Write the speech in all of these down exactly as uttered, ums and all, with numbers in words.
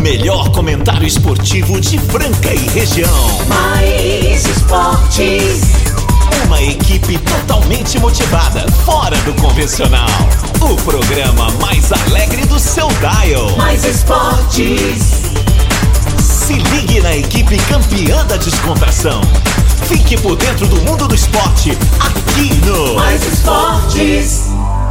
melhor comentário esportivo de Franca e região. Mais Esportes. Uma equipe totalmente motivada, fora do convencional. O programa mais alegre do seu dial. Mais Esportes. Se ligue na equipe campeã da descontração. Fique por dentro do mundo do esporte, aqui no Mais Esportes.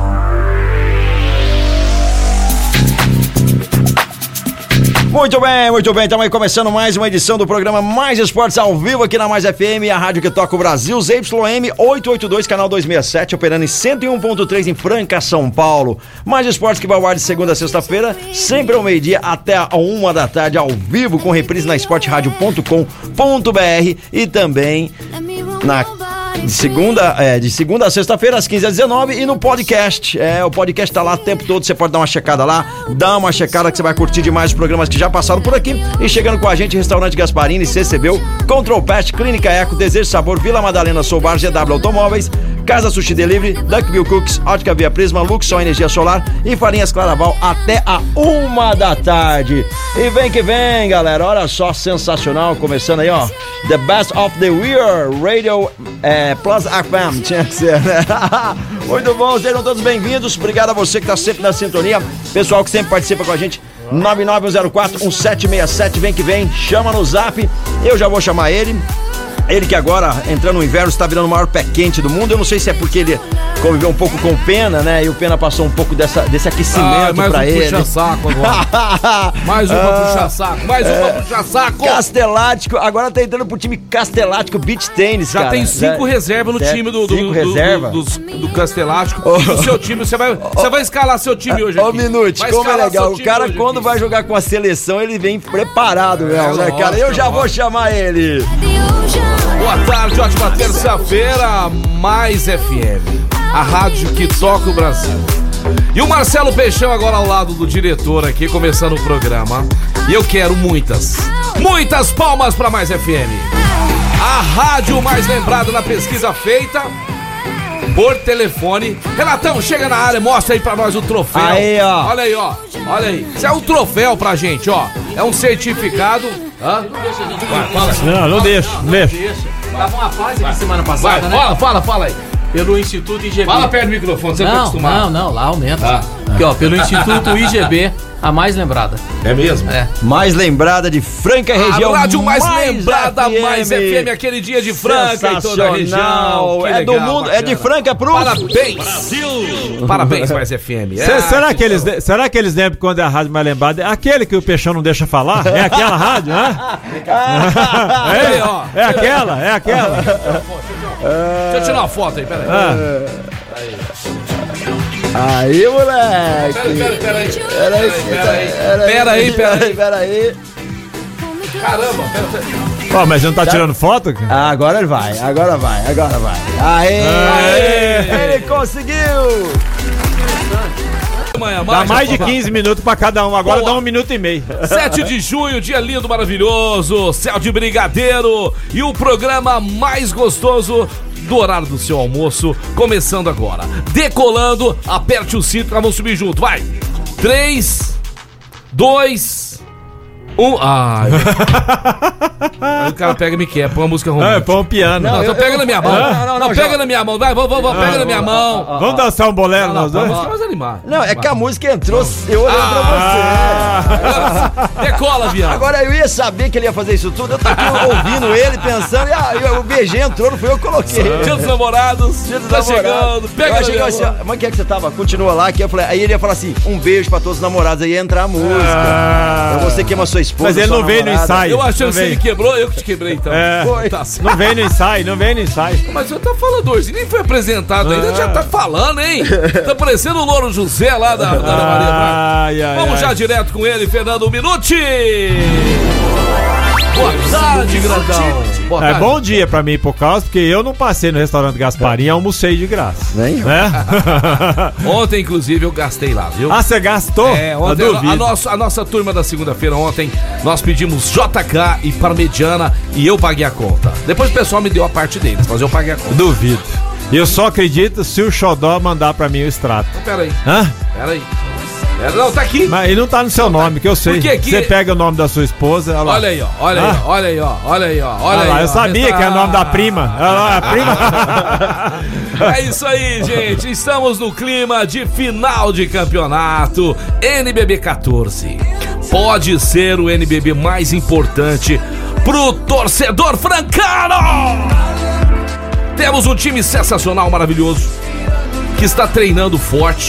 Muito bem, muito bem, estamos aí começando mais uma edição do programa Mais Esportes ao vivo aqui na Mais F M, a rádio que toca o Brasil, Z Y M oitocentos e oitenta e dois, canal duzentos e sessenta e sete, operando em cento e um ponto três em Franca, São Paulo. Mais Esportes que vai ao ar de segunda a sexta-feira, sempre ao meio-dia até a uma da tarde, ao vivo, com reprise na esporte rádio ponto com ponto b r e também na de segunda, é, de segunda a sexta-feira, às quinze às dezenove, e no podcast. É, o podcast tá lá o tempo todo, você pode dar uma checada lá, dá uma checada que você vai curtir demais os programas que já passaram por aqui. E chegando com a gente, Restaurante Gasparini, C C B U, Control Pest, Clínica Eco, Desejo Sabor, Vila Madalena, Soubar, G W Automóveis, Casa Sushi Delivery, Duckbill Cooks, Ótica Via Prisma, Luxol Energia Solar e Farinhas Claraval até a uma da tarde. E vem que vem, galera, olha só, sensacional, começando aí, ó, The Best of the Year Radio é, Plus F M, tinha que ser, né? Muito bom, sejam todos bem-vindos, obrigado a você que tá sempre na sintonia, pessoal que sempre participa com a gente, nove nove um zero quatro um sete seis sete, vem que vem, chama no zap, eu já vou chamar ele. Ele que agora, entrando no inverno, está virando o maior pé quente do mundo. Eu não sei se é porque ele conviveu um pouco com o Pena, né? E o Pena passou um pouco dessa, desse aquecimento ah, mais pra um ele. Puxa-saco agora. mais um pra puxar-saco. Mais um é, pra puxar-saco. Castelático. Agora tá entrando pro time Castelático Beach Tennis, Já cara. tem cinco Já, reservas no time do, do, cinco do, reserva? do, do, do, do Castelático. Oh. E o seu time, você vai, oh. você vai escalar seu time hoje aqui. Ô, Minute, como é legal. O cara, quando aqui. vai jogar com a seleção, ele vem preparado, é, mesmo, né, cara? Eu já vou chamar ele. Boa tarde, ótima terça-feira, Mais F M, a rádio que toca o Brasil. E o Marcelo Peixão agora ao lado do diretor aqui, começando o programa. E eu quero muitas, muitas palmas para Mais F M. A rádio mais lembrada na pesquisa feita por telefone. Renatão, chega na área, mostra aí pra nós o troféu. Aí, ó. Olha aí, ó. Olha aí. Isso é um troféu pra gente, ó. É um certificado. Hã? Vai, fala aí. Não, não deixa, não deixa. Tava uma fase aqui semana passada, Vai, né? Fala, fala, fala aí. Pelo Instituto I G B. Fala perto do microfone, você não tá acostumado. Não, não, lá aumenta. Ah. Aqui, ó, pelo Instituto I G B, a mais lembrada. É mesmo? É. Mais lembrada de Franca e região. A rádio mais, mais lembrada, F M. Mais F M, aquele dia de Franca e toda a região. Que é legal, do mundo, bacana. É de Franca pro Parabéns. Brasil. Parabéns, Mais F M. É, será, que eles, será que eles lembram quando é a rádio mais lembrada? É aquele que o Peixão não deixa falar? É aquela rádio, né? é, ó. é aquela, é aquela. Deixa eu tirar uma foto aí, peraí. Ah. Aí, moleque. Pera, pera, pera aí. Pera aí, Pera aí, pera aí, pera aí. Pera aí. Caramba, pera aí. Ó, mas ele não tá tirando foto? Ah, agora ele vai, agora vai, agora vai. Aê! Aê! Ele conseguiu! Amanhã, Dá mais de quinze minutos pra cada um, agora Boa. dá um minuto e meio. sete de junho, dia lindo, maravilhoso, céu de brigadeiro e o programa mais gostoso do horário do seu almoço, começando agora. Decolando, aperte o cinto, vamos subir junto, vai! três, dois, um. Ai, aí o cara pega e me quer, põe a música romântica. É, põe um piano. Não, não então pega eu, na minha mão. Não, não, não, não pega já... na minha mão, vai, vamos, vamos, pega na minha mão. Vamos dançar um bolero nós dois? Vamos animar. Não, é que a música entrou, eu olhei ah, pra você. Decola, viado. Agora eu ia saber que ele ia fazer isso tudo, eu tô aqui ouvindo ele, pensando, e ah, o B G entrou, não foi eu que coloquei. Dia dos namorados, dia dos tá namorados. Chegando, pega eu achei assim, mas que é que você tava? Continua lá, que eu falei, aí ele ia falar assim, um beijo pra todos os namorados, aí ia entrar a música. Ah, pra você que ama sua esposa. Mas ele não veio no ensaio. Eu achei que você me quebrou, eu que te quebrei então. É, foi. Tá não vem no ensaio, não vem no ensaio. Mas você tá falando hoje, nem foi apresentado ainda, ah. já tá falando, hein? Tá parecendo o Louro José lá da, da Ana Maria Braga. Ai, ai, Vamos ai. já direto com ele, Fernando Minuti. Boa tarde, grandão. Boa tarde. É bom dia pra mim por causa, porque eu não passei no restaurante Gasparini e almocei de graça. Nem né? Ontem, inclusive, eu gastei lá, viu? Ah, você gastou? É, ontem a, a, nossa, a nossa turma da segunda-feira, ontem, nós pedimos J K e Parmegiana e eu paguei a conta. Depois o pessoal me deu a parte deles, mas eu paguei a conta. Duvido. Eu só acredito se o Xodó mandar pra mim o extrato. Então, pera aí. Hã? Pera aí. É, não, tá aqui. Mas ele não tá no seu nome, que eu sei. Porque aqui- Você pega o nome da sua esposa, olha lá. Olha aí, ó. Olha Ah. aí, ó. Olha aí, ó. Olha aí, ó. Olha Olha aí, lá, eu ó. sabia que é o nome da prima. Olha lá, a prima. É isso aí, gente. Estamos no clima de final de campeonato N B B quatorze. Pode ser o N B B mais importante pro torcedor francano. Temos um time sensacional, maravilhoso, que está treinando forte.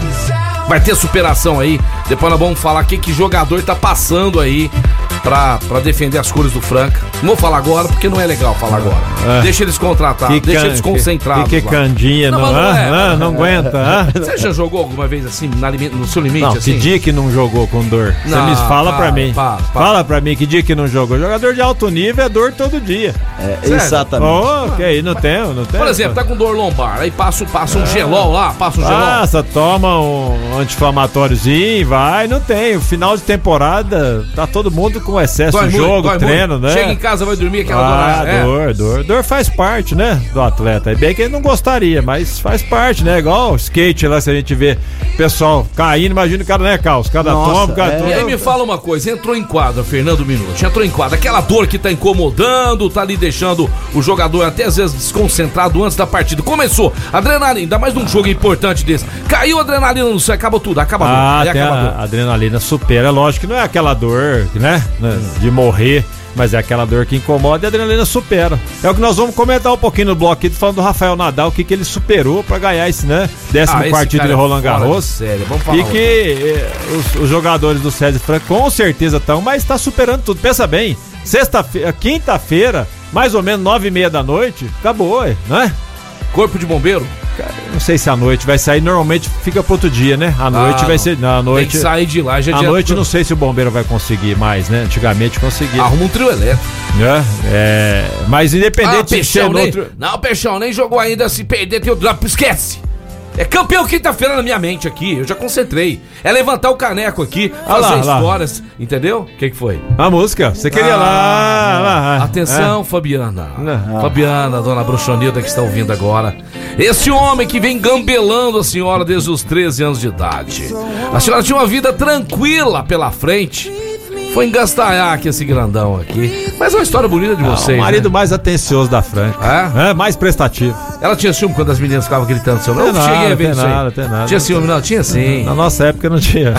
Vai ter superação aí. Depois nós vamos falar o que, que jogador tá passando aí pra, pra defender as cores do Franca. Não vou falar agora porque não é legal falar agora. É. Deixa eles contratados, Que deixa can- eles concentrados. Que, que lá. candinha, Não, não, mas não ah, é. ah, não aguenta. ah. Você já jogou alguma vez assim, na limi- no seu limite, Não, assim? que dia que não jogou com dor? Você Não, me fala para, pra mim. para, para. Fala pra mim que dia que não jogou. Jogador de alto nível é dor todo dia. É, Sério? exatamente. Oh, que aí, não tem, não tem. Por exemplo, tá com dor lombar, aí passa, passa um gelol lá, passa um gelol. Passa, toma um anti-inflamatóriozinho, vai, não tem. O final de temporada, tá todo mundo com excesso Dói de muito, jogo, dói treino, muito. né? Chega em casa, vai dormir aquela Ah, dor. É. dor, dor. Dor faz parte, né, do atleta. É bem que ele não gostaria, mas faz parte, né? Igual o skate lá, se a gente vê o pessoal caindo, imagina o cara, né, Carlos? Cada Nossa, toma, cada é. toma. E aí me fala uma coisa, entrou em quadra, Fernando Minuti, entrou em quadra, aquela dor que tá incomodando, tá ali deixando o jogador até às vezes desconcentrado antes da partida. Começou, adrenalina, ainda mais num jogo importante desse. Caiu a adrenalina no céu, acaba tudo, acaba a dor. Ah, aí tem acaba a dor. a adrenalina supera. É lógico que não é aquela dor, né, né, de morrer, mas é aquela dor que incomoda e a adrenalina supera. É o que nós vamos comentar um pouquinho no bloco aqui, falando do Rafael Nadal, o que, que ele superou pra ganhar esse, né, décimo Ah, esse quarto título cara de é Roland fora de Garros. série, vamos falar E que eh, os, os jogadores do César Franco com certeza estão, mas está superando tudo. Pensa bem, sexta-feira, quinta-feira, mais ou menos nove e meia da noite, acabou, né? Corpo de bombeiro? Não sei se a noite vai sair, normalmente fica pro outro dia, né? A noite Ah, vai não. ser. Na Tem noite. que sair de lá, já À dia- noite não sei se o bombeiro vai conseguir mais, né? Antigamente conseguia. Arruma um trio elétrico. Né? É, mas Ah, independente de ser Peixão, no nem... outro. Não, Peixão, nem jogou ainda, se perder tem outro... Esquece! É campeão quinta-feira na minha mente aqui, eu já concentrei. É levantar o caneco aqui, Ah lá, fazer lá. histórias, entendeu? O que que foi? A música, você queria lá, lá. Ah, Atenção, Fabiana. Não. Fabiana, dona Bruxonilda que está ouvindo agora. Esse homem que vem gambelando a senhora desde os treze anos de idade. A senhora tinha uma vida tranquila pela frente. Foi engastanhar aqui esse grandão aqui. Mas é uma história bonita de É, vocês, o marido né? mais atencioso da Franca. É? É, mais prestativo. Ela tinha ciúme quando as meninas ficavam gritando seu nome? Eu Tem cheguei nada, a ver tem isso aí. nada, tem nada. Tinha ciúme, não? Tinha sim. Na nossa época não tinha.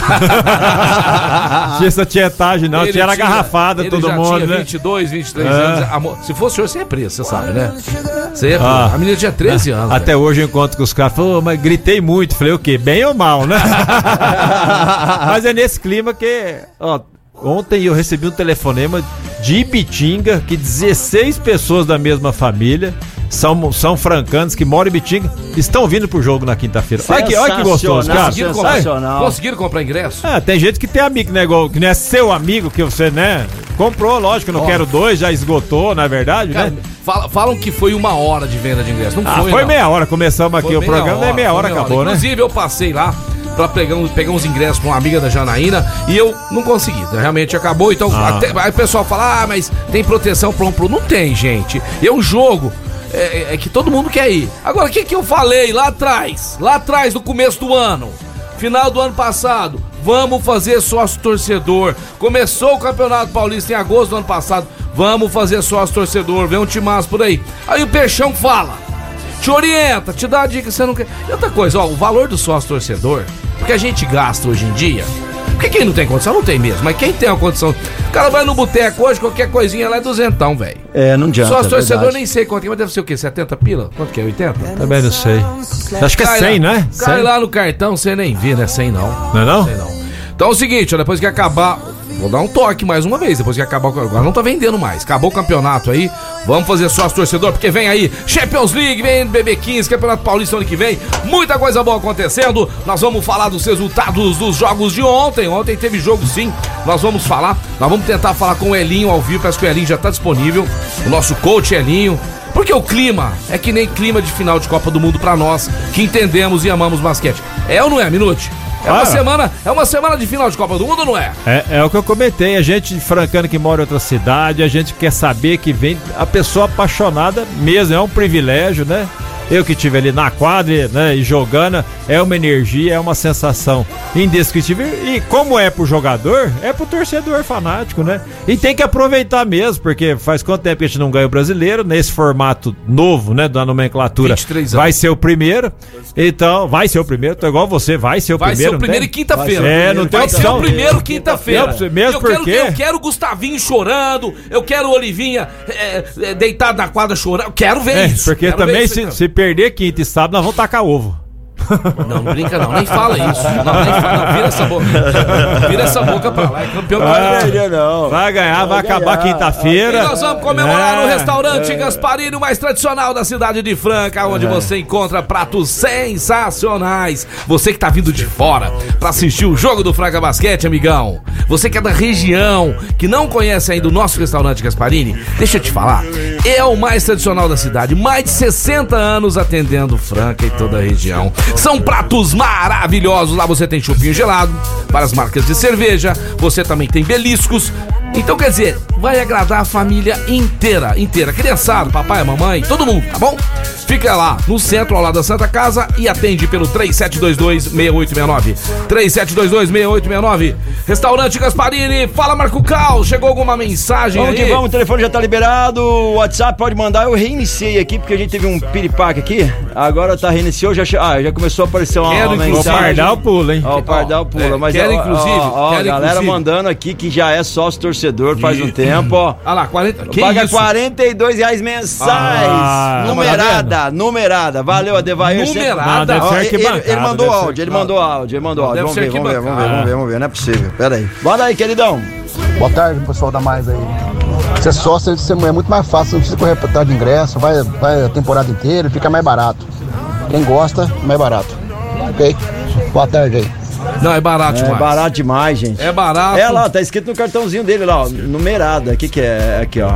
Tinha essa tietagem, não. Ele tinha era garrafada, ele todo já mundo, tinha né? vinte e dois, vinte e três É. anos. Amor, se fosse hoje, você ia preso, você sabe, né? Você ia preso. Ah. A menina tinha treze anos. Até velho. hoje eu encontro com os caras, falou, mas gritei muito. Falei, o quê? Bem ou mal, né? Mas é nesse clima que, ó, ontem eu recebi um telefonema de Ibitinga, que dezesseis pessoas da mesma família, são, são francanos que moram em Ibitinga, estão vindo pro jogo na quinta-feira. Olha que, olha que gostoso, cara. Conseguiram comprar, Sensacional. conseguiram comprar ingresso? Ah, tem gente que tem amigo, né, igual, que não é seu amigo, que você, né, comprou, lógico, não Ó. quero dois, já esgotou, na verdade, Cara, né? fala- falam que foi uma hora de venda de ingresso. Não Ah, foi, foi não. meia hora, começamos aqui Foi o meia programa, daí meia foi hora acabou, né? Inclusive, eu passei lá pra pegar, um- pegar uns ingressos pra uma amiga da Janaína e eu não consegui. né? Realmente acabou, então Ah. até- aí o pessoal fala, ah, mas tem proteção pro pro. Não tem, gente. É um jogo é, é que todo mundo quer ir. Agora, o que que eu falei lá atrás? Lá atrás, no começo do ano, final do ano passado, vamos fazer sócio torcedor. Começou o Campeonato Paulista em agosto do ano passado, vamos fazer sócio torcedor, vem um timaço por aí. Aí o Peixão fala, te orienta, te dá a dica que você não quer. E outra coisa, ó, o valor do sócio torcedor, porque a gente gasta hoje em dia, porque quem não tem condição, não tem mesmo, mas quem tem a condição, o cara vai no boteco hoje, qualquer coisinha lá é duzentão, velho. É, não adianta. Sócio é torcedor verdade. nem sei quanto é, mas deve ser o quê? setenta pila? Quanto que é? oitenta? Também não sei. Acho que é Cai cem, lá, né? Cai cem. lá no cartão, você nem vê, né? cem não. Não é não? Sei não. Então é o seguinte, ó, depois que acabar, vou dar um toque mais uma vez, depois que acabar, o- agora não tá vendendo mais, acabou o campeonato aí, vamos fazer sócio torcedor, porque vem aí Champions League, vem B B quinze, Campeonato Paulista ano que vem, muita coisa boa acontecendo, nós vamos falar dos resultados dos jogos de ontem, ontem teve jogo sim, nós vamos falar, nós vamos tentar falar com o Elinho ao vivo, parece que o Elinho já tá disponível, o nosso coach Elinho, porque o clima é que nem clima de final de Copa do Mundo pra nós, que entendemos e amamos basquete. É ou não é, Minute? É uma Ah. semana, é uma semana de final de Copa do Mundo ou não é? É, é o que eu comentei, a gente francano que mora em outra cidade, a gente quer saber que vem a pessoa apaixonada mesmo, é um privilégio, né? Eu que estive ali na quadra, né, e jogando, é uma energia, é uma sensação indescritível. E como é pro jogador, é pro torcedor fanático, né? E tem que aproveitar mesmo, porque faz quanto tempo que a gente não ganha o brasileiro, nesse formato novo, né, da nomenclatura, vai ser o primeiro. Então, vai ser o primeiro, tô igual você, vai ser o vai primeiro. Vai ser o primeiro e quinta-feira. É, não tem vai opção. ser o primeiro quinta-feira. Mesmo eu porque... Quero, eu quero o Gustavinho chorando, eu quero o Olivinha é, é, deitado na quadra chorando, eu quero ver é, isso. Porque quero também isso, se, se perder quinta e sábado, nós vamos tacar ovo. Não, não brinca não, nem fala isso. Não, nem fala, não, vira essa boca. Vira essa boca pra lá, é campeão do vai, não. Vai ganhar, vai, vai acabar quinta-feira. E nós vamos comemorar é, no restaurante é. Gasparini, o mais tradicional da cidade de Franca, onde é. você encontra pratos sensacionais. Você que tá vindo de fora pra assistir o jogo do Franca Basquete, amigão. Você que é da região, que não conhece ainda o nosso restaurante Gasparini, deixa eu te falar, é o mais tradicional da cidade, mais de sessenta anos atendendo Franca e toda a região. São pratos maravilhosos. Lá você tem chopinho gelado, várias marcas de cerveja. Você também tem beliscos. Então, quer dizer, vai agradar a família inteira, inteira. Criançada, papai, mamãe, todo mundo, tá bom? Fica lá no centro, ao lado da Santa Casa, e atende pelo três sete dois dois, seis oito seis nove. três sete dois dois, seis oito seis nove. Restaurante Gasparini. Fala, Marco Cal. Chegou alguma mensagem vamos aí? Que vamos, o telefone já tá liberado. O WhatsApp pode mandar. Eu reiniciei aqui, porque a gente teve um piripaque aqui. Agora tá reiniciou, já, che... ah, já começou a aparecer uma, quero, uma mensagem. O Pardal pula, hein? Ó, o Pardal pula. É, mas, quero, ó, inclusive. Ó, ó, quero, galera inclusive. mandando aqui que já é sócio torcedor faz um tempo, ó. Ah lá, quarenta. Que paga isso? quarenta e dois reais mensais. Ah, numerada, numerada. Valeu, Adevair. Numerada. Não, Ó, deve ser ele, arquibancada, ele mandou deve ser. áudio, ele mandou áudio, ele mandou áudio. Deve Vamos ver, ser vamos ver, vamos ver, arquibancada. vamos ver, vamos ver. Não é possível. Pera aí. Bora aí, queridão. Boa tarde, pessoal da Mais aí. Ser sócio é muito mais fácil, não precisa correr atrás de ingresso, vai, vai a temporada inteira e fica mais barato. Quem gosta, mais barato. Ok? Boa tarde aí. Não, é barato É demais. barato demais, gente. É barato. É lá, tá escrito no cartãozinho dele lá, ó, numerada. O que que é? Aqui, ó.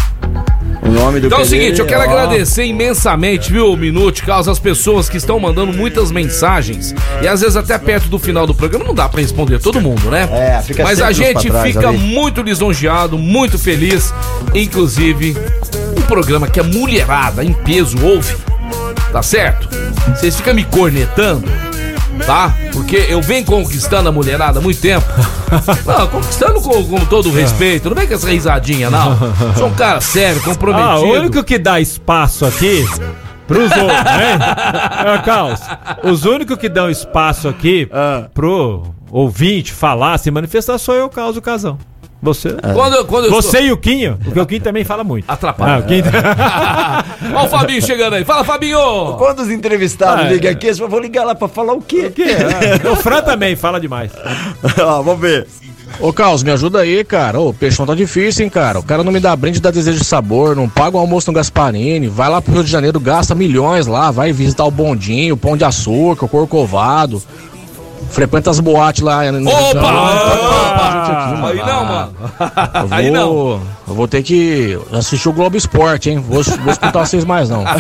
O nome do Então é o dele, seguinte, eu quero ó. agradecer imensamente, viu, Minute, causa as pessoas que estão mandando muitas mensagens e às vezes até perto do final do programa não dá pra responder todo mundo, né? É, fica Mas a sempre uns gente pra trás fica ali. muito lisonjeado, muito feliz, inclusive um programa que a mulherada em peso ouve, tá certo? Vocês ficam me cornetando, tá? Porque eu venho conquistando a mulherada há muito tempo. Não, conquistando com, com todo o respeito. Não vem com essa risadinha, não. Sou um cara sério, comprometido. Ah, o único que dá espaço aqui pros outros, né? É, Carlos, os únicos que dão espaço aqui Ah. pro ouvinte falar, se manifestar, sou eu, Carlos, o Casão. Você? Quando, eu- quando eu Você sou- e o Quinho, porque o Quinho também fala muito. Atrapalha. Ah, o Quinho... Olha o Fabinho chegando aí. Fala, Fabinho! Quando os entrevistados Ah, ligam aqui, eu vou ligar lá pra falar o quê? Que? Ah, o Fran também fala demais. Ó, vamos ver. Ô, Carlos, me ajuda aí, cara. Ô, o peixão tá difícil, hein, cara. O cara não me dá brinde, dá desejo de sabor, não paga o almoço no Gasparini, vai lá pro Rio de Janeiro, gasta milhões lá, vai visitar o Bondinho, o Pão de Açúcar, o Corcovado, frequenta as boates lá no Rio de Opa! Janeiro. Opa! Aí não, mano. Eu vou, Aí não. Eu vou ter que assistir o Globo Esporte, hein. Vou, vou escutar vocês mais, não.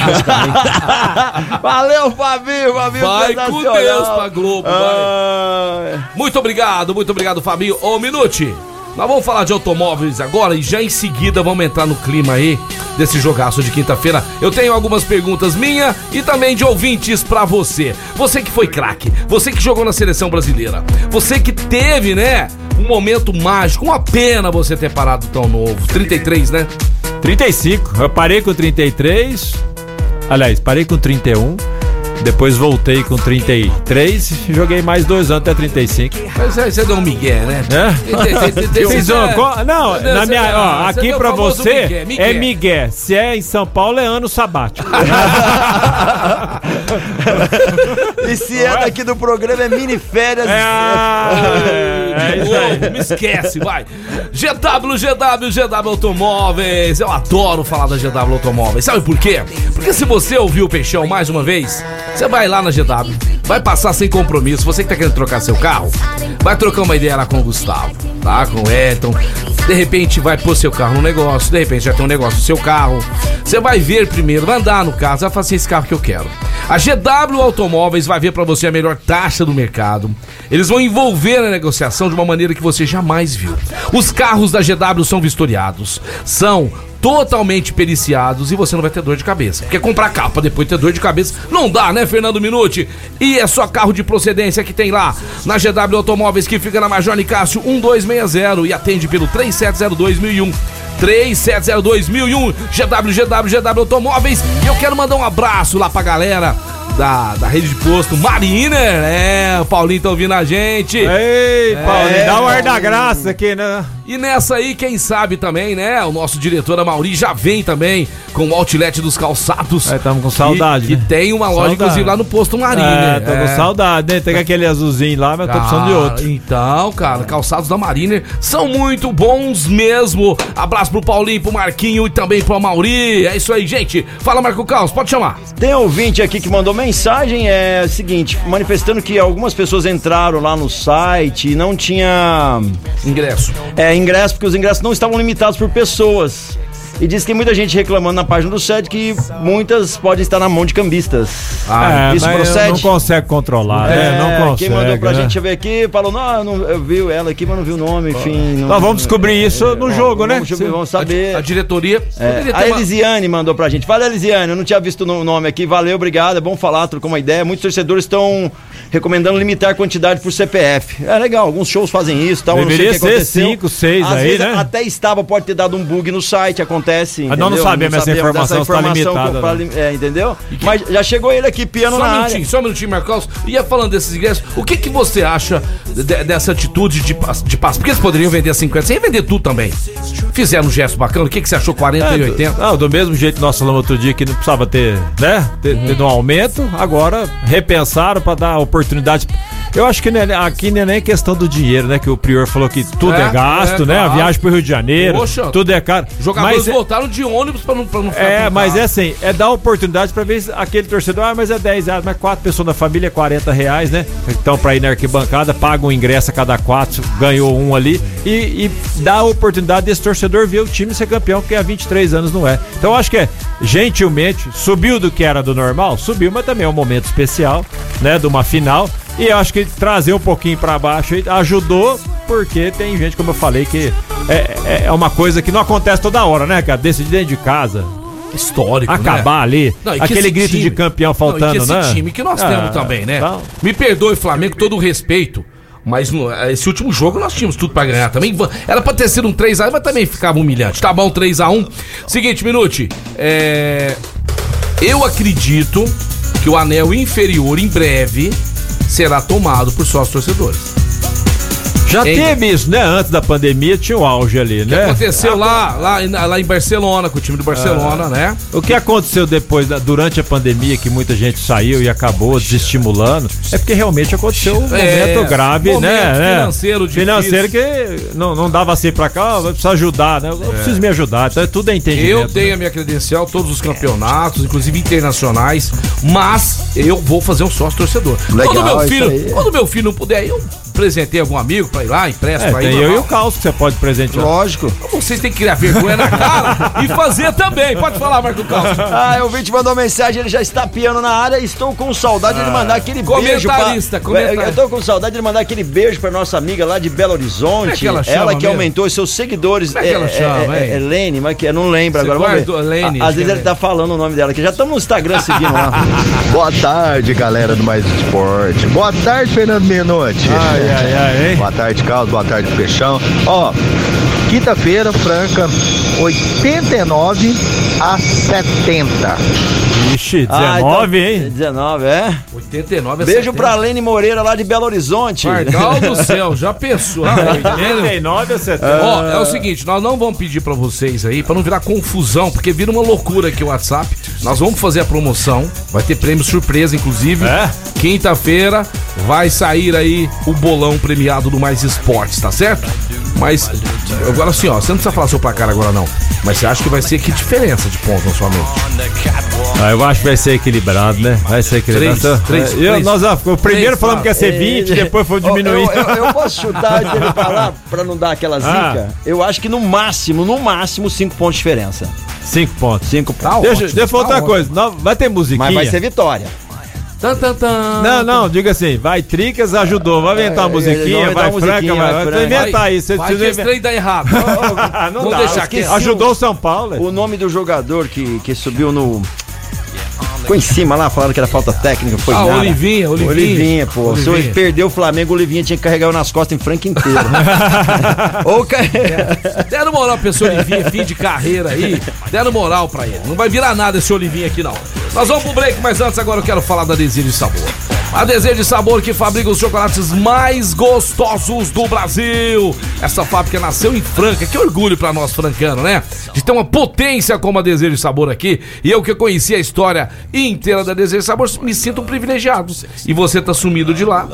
Valeu, Fabinho, Fabinho. Vai com sensacional. Deus pra Globo, vai. Ah, Muito obrigado, muito obrigado, Fabinho. Ô, Minute, nós vamos falar de automóveis agora e já em seguida vamos entrar no clima aí desse jogaço de quinta-feira. Eu tenho algumas perguntas minha e também de ouvintes pra você. Você que foi craque, você que jogou na seleção brasileira, você que teve, né, um momento mágico, uma pena você ter parado tão novo. trinta e três, né? trinta e cinco, eu parei com trinta e três, aliás, parei com trinta e um, depois voltei com trinta e três e joguei mais dois anos até trinta e cinco. Mas aí você deu um migué, né? É? Vocês vão- co- não, Você- na minha, ó, você aqui deu o pra famoso você migué, migué. é Miguel. Se é em São Paulo é ano sabático. E se é daqui do programa, é mini férias. É, é isso aí. Ô, me esquece, vai. G W, G W, G W Automóveis. Eu adoro falar da G W Automóveis. Sabe por quê? Porque se você ouviu o Peixão mais uma vez, você vai lá na G W, vai passar sem compromisso. Você que tá querendo trocar seu carro, vai trocar uma ideia lá com o Gustavo, tá? Com o Elton. De repente vai pôr seu carro no negócio, de repente já tem um negócio no seu carro. Você vai ver primeiro, vai andar no carro, vai fazer esse carro que eu quero. A G W Automóveis vai ver pra você a melhor taxa do mercado. Eles vão envolver a negociação de uma maneira que você jamais viu. Os carros da G W são vistoriados, são totalmente periciados e você não vai ter dor de cabeça. Porque comprar carro pra depois ter dor de cabeça não dá, né, Fernando Minuti? E é só carro de procedência que tem lá na G W Automóveis, que fica na Major Nicásio mil duzentos e sessenta e atende pelo três sete zero dois mil e um. três sete zero dois mil e um, G W, G W, G W Automóveis. E eu quero mandar um abraço lá pra galera da, da rede de posto Mariner. É, o Paulinho tá ouvindo a gente. Ei, Paulinho, É, dá o ar da graça aqui, né? E nessa aí, quem sabe também, né? O nosso diretor Amauri já vem também com o outlet dos calçados. É, tamo com saudade, Que, né? que tem uma loja, Saudade. inclusive, lá no posto Mariner. É, tô com saudade, né? Tem aquele azulzinho lá, mas eu tô precisando de outro. Então, cara, calçados da Mariner são muito bons mesmo. Abraço pro Paulinho, pro Marquinho e também pro Amauri. É isso aí, gente. Fala, Marco Caos, pode chamar. Tem um ouvinte aqui que mandou mensagem, é o seguinte, manifestando que algumas pessoas entraram lá no site e não tinha Ingresso. é, ingresso, porque os ingressos não estavam limitados por pessoas. E diz que tem muita gente reclamando na página do site que muitas podem estar na mão de cambistas. Ah, isso mas procede? não consegue controlar, né? É, Não consegue. quem mandou pra né? gente, deixa eu ver aqui, falou, não, eu, não, eu vi ela aqui, mas não vi o nome, enfim. Não, Nós vamos descobrir isso no jogo, né? Vamos, vamos A, saber. a diretoria É, poderia a ter uma- Elisiane mandou pra gente. Fala, Elisiane, eu não tinha visto o nome aqui. Valeu, obrigado. É bom falar, trocou uma ideia. Muitos torcedores estão recomendando limitar a quantidade por C P F. É legal, alguns shows fazem isso, tal. Deveria não sei o que ser aconteceu. cinco, seis Às aí, vezes, né? até estava, pode ter dado um bug no site, acontece. Mas nós não entendeu? sabemos essa informação, dessa está limitada, pra- né? é, entendeu? Mas já chegou ele aqui, piano Só um na área. minutinho, só um minutinho, Marcos. Ia falando desses ingressos, o que que você acha de- dessa atitude de passe? De passe? Porque eles poderiam vender cinquenta, sem vender tudo também. Fizeram um gesto bacana, o que que você achou? quarenta e É, oitenta? do, não, do mesmo jeito que nós falamos outro dia que não precisava ter, né? Ter, Uhum. ter um aumento, agora repensaram pra dar oportunidade. Eu acho que né, aqui não é nem questão do dinheiro, né? Que o Prior falou que tudo é, É, gasto, é, né? claro. A viagem pro Rio de Janeiro, Poxa, tudo é caro. Jogadores Mas é- voltaram de ônibus pra não, pra não ficar É, tão mas caro. é assim, é dar oportunidade pra ver se aquele torcedor, ah, mas é dez reais, mas quatro pessoas na família é quarenta reais, né? Então pra ir na arquibancada, paga um ingresso a cada quatro, ganhou um ali e, e dá a oportunidade desse torcedor ver o time ser campeão, que há vinte e três anos não é. Então eu acho que é, gentilmente, subiu do que era do normal, subiu, mas também é um momento especial, né? De uma final. E eu acho que trazer um pouquinho pra baixo aí ajudou, porque tem gente, como eu falei, que é, é, é uma coisa que não acontece toda hora, né, cara? Decidir dentro de casa. Histórico, Acabar né? ali, Não, e que aquele esse grito time- de campeão Não, faltando, e que esse né? time que nós Ah, temos também, né? então- Me perdoe, Flamengo, todo o respeito, mas no- esse último jogo nós tínhamos tudo pra ganhar também. Era pra ter sido um três a um, mas também ficava humilhante. Tá bom, três a um. Seguinte, Minuti, é... eu acredito que o anel inferior em breve será tomado por sócios torcedores. Já Hein? teve isso, né? Antes da pandemia tinha o auge ali, Que né? aconteceu lá, lá, em- lá em Barcelona, com o time do Barcelona, né? O que aconteceu depois, da- durante a pandemia, que muita gente saiu e acabou desestimulando, é porque realmente aconteceu um É, momento grave, momento né? né? financeiro difícil. Financeiro que não, não dava assim pra cá, ó, vai precisar ajudar, né? Eu preciso me ajudar, então tudo é entendimento. Eu tenho né? a minha credencial, todos os campeonatos, inclusive internacionais, mas eu vou fazer um sócio torcedor. Legal, quando meu isso filho, aí. quando meu filho não puder, eu presentei algum amigo pra ir lá, empresto É, pra ir. tem eu e normal. o Caos que você pode presentear. Lógico. Vocês têm que criar vergonha na cara e fazer também. Pode falar, Marco Caos. Ah, o ouvinte mandou mensagem, ele já está piano na área. Estou com saudade de mandar aquele beijo pra... Comentarista, comentarista. Eu estou com saudade de mandar aquele beijo pra nossa amiga lá de Belo Horizonte. Como é que ela chama que mesmo? aumentou os seus seguidores. Como é que ela chama, é, hein? é, Helene, mas que eu não lembro Você agora. Vamos ver. guardou, Helene, A- Às acho vezes que é ele tá falando o nome dela, que já estamos no Instagram seguindo lá. Boa tarde, galera do Mais Esporte. Boa tarde, Fernando Menotti. Ai, ai, ai, hein? Boa tarde, Carlos. Boa tarde, Peixão. Ó, quinta-feira, Franca, oitenta e nove a setenta. Ixi, Ah, dezenove, então, hein? dezenove, é? oitenta e nove a Beijo setenta. pra Lene Moreira lá de Belo Horizonte. Pardal do céu, já pensou? Ah, oitenta e nove a setenta. Ó, é o seguinte, nós não vamos pedir pra vocês aí, pra não virar confusão, porque vira uma loucura aqui o WhatsApp. Nós vamos fazer a promoção, vai ter prêmio surpresa, inclusive. É? Quinta-feira vai sair aí o bolão premiado do Mais Esportes, tá certo? Mas, agora assim, ó, você não precisa falar seu placar agora não, mas você acha que vai ser que diferença de pontos na sua mente? Ah, eu acho que vai ser equilibrado, né? Vai ser equilibrado. Três, três, É, eu, três. nós, ah, o primeiro Três, falamos que ia ser É, vinte, depois foi diminuindo. Eu, eu- eu posso chutar antes dele falar, pra não dar aquela zica? Ah. Eu acho que no máximo, no máximo, cinco pontos de diferença. Cinco pontos. Cinco Tá pontos. Deixa, ótimo, deixa eu falar tá outra coisa. Não, vai ter musiquinha. Mas vai ser vitória. Tan, tan, tan. Não, não, diga assim, vai Tricas, ajudou, vai inventar uma musiquinha, vai Franca, vai, vai inventar isso. Vai que esse trem dá errado. Não Vamos dá, deixar aqui. ajudou o São Paulo. O nome do jogador que, que subiu no... Ficou em cima lá, falaram que era falta técnica, foi Ah, nada. Olivinha, Olivinha. Olivinha, pô. Olivinha. Se hoje perdeu o Flamengo, o Olivinha tinha que carregar eu nas costas em Franca inteira. Ou ca... Deram moral pra esse Olivinha, fim de carreira aí. Deram moral pra ele. Não vai virar nada esse Olivinha aqui, não. Nós vamos pro break, mas antes agora eu quero falar da Desejo de Sabor. A Desejo de Sabor que fabrica os chocolates mais gostosos do Brasil. Essa fábrica nasceu em Franca. Que orgulho pra nós francanos, né? De ter uma potência como a Desejo de Sabor aqui. E eu que conheci a história inteira da Desejo de Sabor, me sinto um privilegiado. E você tá sumido de lá.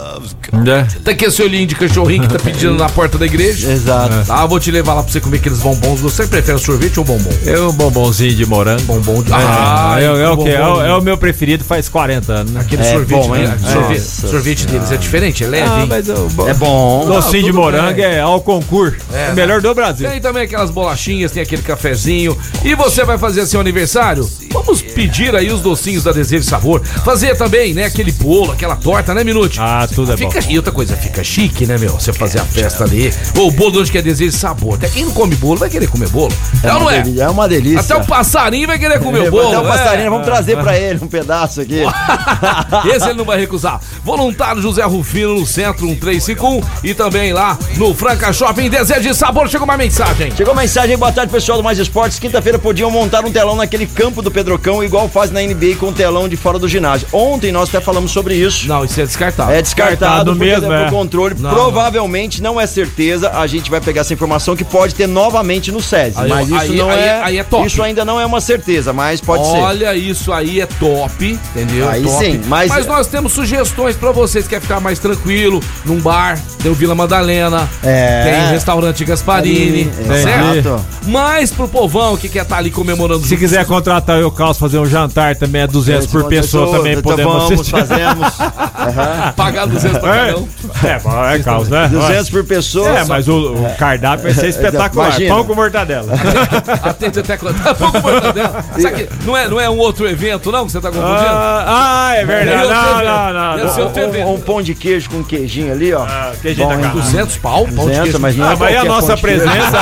Tá aqui esse olhinho de cachorrinho que tá pedindo na porta da igreja. Exato. Tá, vou te levar lá pra você comer aqueles bombons. Você prefere sorvete ou bombom? Eu, um bombonzinho de morango. Bombom de... Ah, Ah, é, é o que? É, bombom. o- é o meu preferido faz quarenta anos, né? Aquele É sorvete, bom, hein? né? sorvete, Nossa sorvete deles é diferente, é leve, Ah, hein? mas o É bom. docinho Não, de tudo morango bem. é ao concurso. É, o melhor do Brasil. Tem também aquelas bolachinhas, tem aquele cafezinho. E você vai fazer seu aniversário? Vamos pedir aí os docinhos da Desejo de Sabor. Fazer também, né, aquele bolo, aquela torta, né, Minute? Ah, tudo é bom. Fica, e outra coisa, fica chique, né, meu? Você fazer a festa ali. Ou o bolo hoje que é Desejo de Sabor. Até quem não come bolo vai querer comer bolo. É, ou não uma é? delícia, é uma delícia. Até o passarinho vai querer comer o Até bolo. o passarinho, é. vamos trazer pra ele um pedaço aqui. Esse ele não vai recusar. Voluntário José Rufino no Centro um três cinco um e também lá no Franca Shopping. Desejo de Sabor. Chegou uma mensagem. Chegou mensagem, boa tarde pessoal do Mais Esportes. Quinta-feira podiam montar um telão naquele campo do Pedrocão, igual faz na N B A com o telão de fora do ginásio. Ontem nós até falamos sobre isso. Não, isso é descartável. É descartado Descartado porque mesmo, é é. pro controle. Não, Provavelmente não. não é certeza. A gente vai pegar essa informação que pode ter novamente no SESI. Aí- mas isso aí- não aí- é, aí é top. Isso ainda não é uma certeza, mas pode ser. Olha, isso aí é top, entendeu? Aí Top. sim, mas- nós temos sugestões pra vocês. Quer ficar mais tranquilo num bar? Tem o Vila Madalena, É. tem o restaurante Gasparini, Ali, certo? exato. Mas pro povão que quer estar ali comemorando Se quiser contratar eu, Carlos, fazer um jantar também é duzentos por pessoa, também então podemos vamos, assistir. fazemos. Aham. pagar duzentos pra cada um. É, bom, é Carlos, né? duzentos por pessoa. É, mas o, o cardápio vai ser espetacular. Imagina. Pão com mortadela. Atende até quando tá pouco mortadela. Sabe que não é, não é um outro evento, não, que você tá confundindo? Ah, ah, é verdade. Deve ser Não, outro não, evento. não. Deve ser outro evento. Um, um pão de queijo com queijinho ali, ó. Ah, queijinho da Bom, casa. duzentos pau? Pão de duzentos, queijo. mas não é Ah, mas e a qualquer nossa pão de queijo. presença?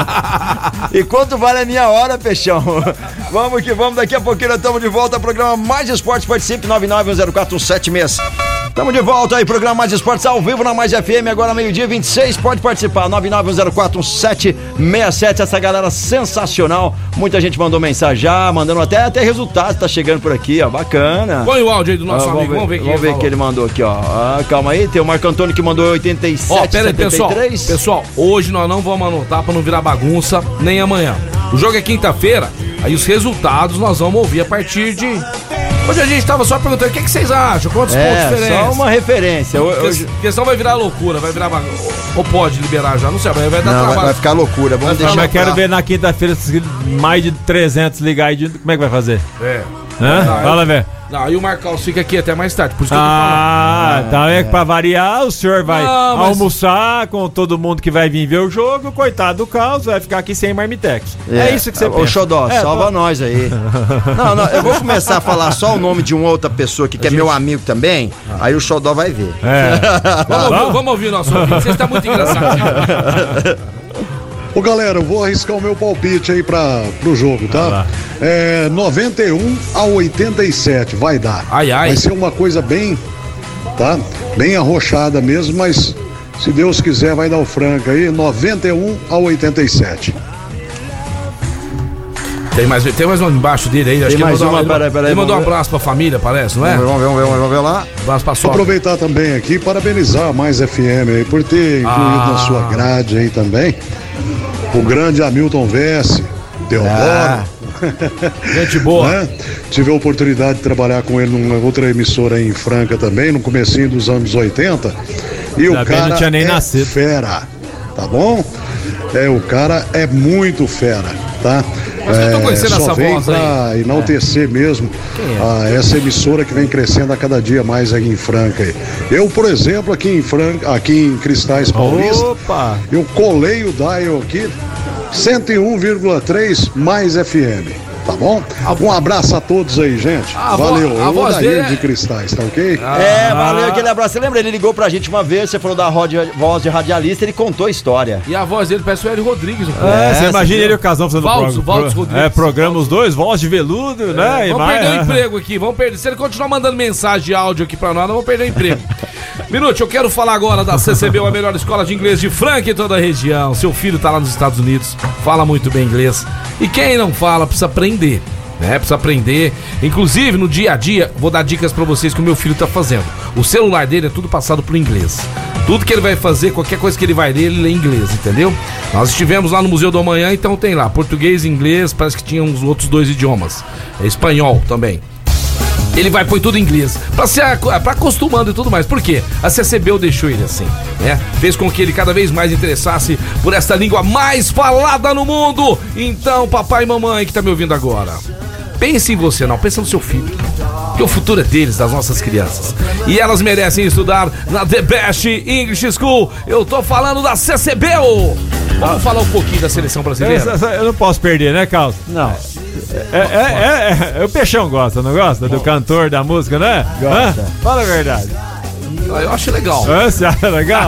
ah? E quanto vale a minha hora, Peixão? Vamos que vamos, daqui a pouquinho nós estamos de volta ao programa Mais Esportes. Participe nove nove um zero quatro um sete seis. Estamos de volta aí, programa Mais Esportes ao vivo na Mais F M, agora meio-dia vinte e seis. Pode participar, nove nove um zero quatro um sete seis sete. Essa galera sensacional. Muita gente mandou mensagem já, mandando até, até resultado. Tá chegando por aqui, ó. Bacana. Põe o áudio aí do nosso Ah, amigo, vamos ver quem Vamos ver o falou. que ele mandou aqui, ó. Ah, calma aí, tem o Marco Antônio que mandou oitenta e sete, Ó, pera aí, pessoal. setenta e três. Pessoal, hoje nós não vamos anotar pra não virar bagunça, nem amanhã. O jogo é quinta-feira, aí os resultados nós vamos ouvir a partir de... Hoje a gente tava só perguntando, o que, que vocês acham? Quantos pontos É, diferentes? só uma referência. Hoje, Porque porque senão vai virar loucura, vai virar bagunça. Ou pode liberar já, não sei, mas vai dar não, vai, trabalho. vai ficar loucura. Vamos Vai ficar deixar Mas quero pra- ver na quinta-feira se mais de trezentos ligar aí. de- Como é que vai fazer? É. Hã? Não, Fala, velho. Não, aí o Marcos fica aqui até mais tarde, por isso que eu tô falando. Ah, então é que pra variar, o senhor vai Não, mas- almoçar com todo mundo que vai vir ver o jogo, coitado do Carlos, vai ficar aqui sem marmitex. É, isso que você Ô, pensa. Xodó, É, salva tô- nós aí. Não, não, eu vou começar a falar só o nome de uma outra pessoa aqui, que é meu amigo também, aí o Xodó vai ver. É. Vamos, ouvir, vamos ouvir o nosso ouvinte, você está muito engraçado. Ô galera, eu vou arriscar o meu palpite aí para pro jogo, tá? É noventa e um a oitenta e sete, vai dar. Ai, ai. Vai ser uma coisa bem, tá? Bem arrochada mesmo, mas se Deus quiser vai dar o franco aí, noventa e um a oitenta e sete. Tem mais, tem mais um embaixo dele aí, acho Tem que ele mais mandou, uma, ele, peraí, peraí, ele mandou um vamos ver. abraço pra família, parece, não é? Vamos ver, vamos ver, vamos ver lá. Abraço pra sogra. Aproveitar também aqui e parabenizar a Mais F M aí por ter incluído Ah. na sua grade aí também o grande Hamilton Vesse, Teodoro. Ah. Gente boa. Né? Tive a oportunidade de trabalhar com ele numa outra emissora aí em Franca também, no comecinho dos anos oitenta. E Ainda o bem, cara não tinha nem é nascido. fera, tá bom? É, o cara é muito fera, tá? Mas eu tô conhecendo só essa vem voz pra enaltecer mesmo a, essa emissora que vem crescendo a cada dia mais aqui em Franca. aí. Eu, por exemplo, aqui em Franca, aqui em Cristais Paulista, Opa! eu colei o dial aqui, cento e um vírgula três mais F M. tá bom? Um abraço a todos aí, gente. A Valeu. vo- a Eu vou voz dar dele de é- cristais, tá ok? É, valeu aquele abraço. Você lembra? Ele ligou pra gente uma vez, você falou da rodi- voz de radialista, ele contou a história. E a voz dele parece o Hélio Rodrigues. Um pouco. É, você É, imagina você ele e o Casão fazendo Valdes, pro- Valdes pro- Rodrigues. É, programa os dois, voz de veludo, né? e Vamos mais, perder o né? emprego aqui, vamos perder. Se ele continuar mandando mensagem de áudio aqui pra nós, nós vamos perder o emprego. Minute, eu quero falar agora da C C B, a melhor escola de inglês de Franca em toda a região. Seu filho tá lá nos Estados Unidos, fala muito bem inglês. E quem não fala precisa aprender, né? Precisa aprender. Inclusive, no dia a dia, vou dar dicas pra vocês que o meu filho tá fazendo. O celular dele é tudo passado pro inglês. Tudo que ele vai fazer, qualquer coisa que ele vai ler, ele lê em inglês, entendeu? Nós estivemos lá no Museu do Amanhã, então tem lá português, inglês, parece que tinha uns outros dois idiomas. É espanhol também. Ele vai pôr tudo em inglês, pra se ac- pra acostumando e tudo mais. Por quê? A C C B O deixou ele assim, né? Fez com que ele cada vez mais interessasse por esta língua mais falada no mundo. Então, papai e mamãe que tá me ouvindo agora, pense em você, não, pensa no seu filho. Porque o futuro é deles, das nossas crianças. E elas merecem estudar na The Best English School. Eu tô falando da C C B O. Vamos falar um pouquinho da seleção brasileira? Eu, eu não posso perder, né, Carlos? Não. É, é, é, é, o Peixão gosta, não gosta? Do cantor, da música, né? Gosta. Hã? Fala a verdade. Ah, eu acho legal. Hã? Você acha legal?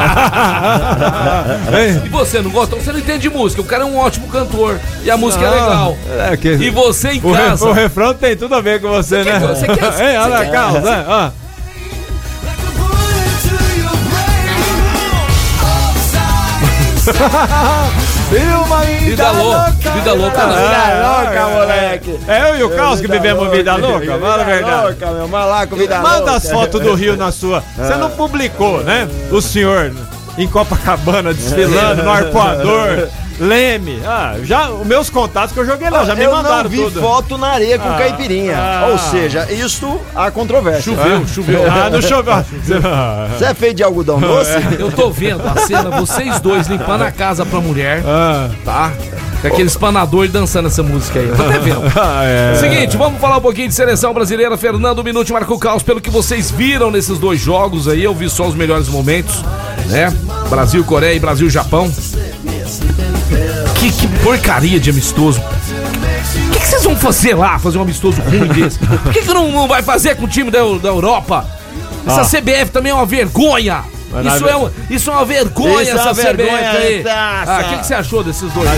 E você não gosta? Você não entende de música. O cara é um ótimo cantor. E a música Não, é legal. é que- E você em o, re- casa. o refrão tem tudo a ver com você, Você né? quer- você quer- Ei, olha você lá, quer- Carlos, né? Ó. Uma Vida louca, vida louca não. Vida louca, moleque. É eu e o Carlos que vivemos vida louca, fala a verdade. louca, meu malaco, vida Manda louca. as fotos do Rio na sua. Você não publicou, né? O senhor em Copacabana desfilando no Arpoador, Leme. Ah, já os meus contatos que eu joguei lá, já me eu mandaram não vi tudo. foto na areia com Ah, caipirinha. ah. Ou seja, isto há controvérsia. Choveu, choveu. Ah, não choveu. Você é feito de algodão doce? Eu tô vendo a cena, vocês dois limpando a casa pra mulher, Ah, tá? Com aquele espanador dançando essa música aí. Eu tô até vendo. ah, é. Seguinte, vamos falar um pouquinho de seleção brasileira. Fernando Minuti marca o caos pelo que vocês viram nesses dois jogos aí. Eu vi só os melhores momentos, né? Brasil, Coreia e Brasil, Japão. Que, que porcaria de amistoso. O que, que vocês vão fazer lá, fazer um amistoso ruim desse? Por que, que não, não vai fazer com o time da, da Europa? Essa Ah. C B F também é uma vergonha. Mas na Isso ve- é, uma, isso é uma vergonha, Isso é essa uma C B F vergonha, aí. taça. Ah, o que, que você achou desses dois?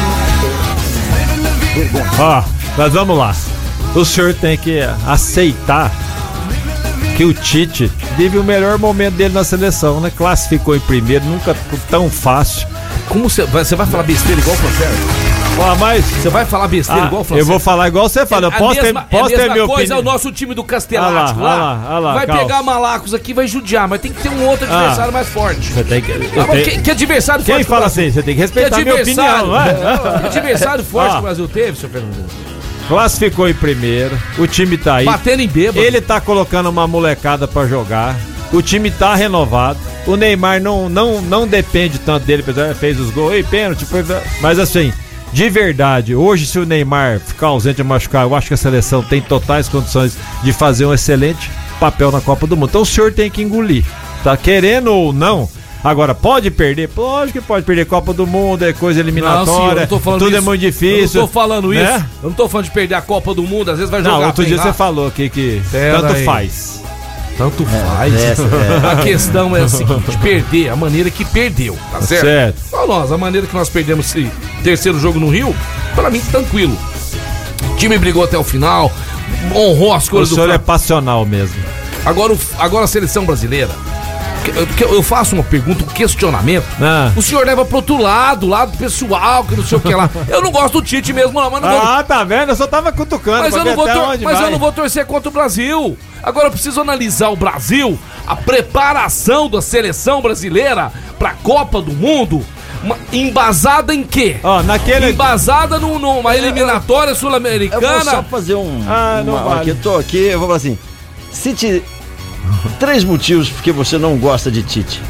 Ó, mas vamos lá. O senhor tem que aceitar que o Tite vive o melhor momento dele na seleção, né? Classificou em primeiro, nunca ficou tão fácil. Como você vai, você vai falar besteira igual o Francélio? Ó, mas Você vai falar besteira ah, igual o eu Francélio? vou falar igual você fala. Eu A posso mesma, ter, posso é a ter mesma minha coisa opinião. é o nosso time do Castelático Ah lá. lá, ah lá, ah lá, vai calma. pegar Malacos aqui, vai judiar, mas tem que ter um outro Ah. adversário mais forte. Você tem que. eu Ah, mas tenho- que, que adversário Quem forte que o fala Brasil- assim? Você tem que Que respeitar a minha opinião, adversário, não é? que adversário forte Ah. que o Brasil teve, seu Fernando? Classificou em primeiro, o time tá aí. Batendo em bêbado. Ele tá colocando uma molecada pra jogar. O time tá renovado. O Neymar não, não, não depende tanto dele, apesar que fez os gols. E pênalti, foi... mas assim, de verdade, hoje se o Neymar ficar ausente e machucar, eu acho que a seleção tem totais condições de fazer um excelente papel na Copa do Mundo. Então o senhor tem que engolir, tá querendo ou não. Agora, pode perder? Lógico que pode perder. Copa do Mundo é coisa eliminatória. Não, senhor, eu não tô falando tudo isso. é muito difícil. Eu não tô falando né? isso. Eu não tô falando de perder a Copa do Mundo, às vezes vai jogar. Não, outro bem dia lá. você falou aqui que Pera tanto aí. faz. Tanto faz. essa, é. A questão é a seguinte: perder, a maneira que perdeu, tá certo? Certo. Pra nós, a maneira que nós perdemos esse terceiro jogo no Rio, pra mim, tranquilo. O time brigou até o final, honrou as O coisas do senhor é Flamengo. passional mesmo. Agora, o- agora a seleção brasileira, que- eu, que eu faço uma pergunta, um questionamento. Ah. O senhor leva pro outro lado, lado pessoal, que não sei o que lá. Eu não gosto do Tite mesmo, não, mas não vou. Ah, tá vendo? Eu só tava cutucando. Mas, pra eu ver não, vou até tor- onde mas eu vai. não vou torcer contra o Brasil. Agora eu preciso analisar o Brasil, a preparação da seleção brasileira pra Copa do Mundo, uma- embasada em quê? Ó, naquele. Embasada num- numa eliminatória Eu vou só sul-americana. fazer um. Ah, não uma, vale. aqui, eu tô aqui, eu vou falar assim. Cite três motivos porque você não gosta de Tite.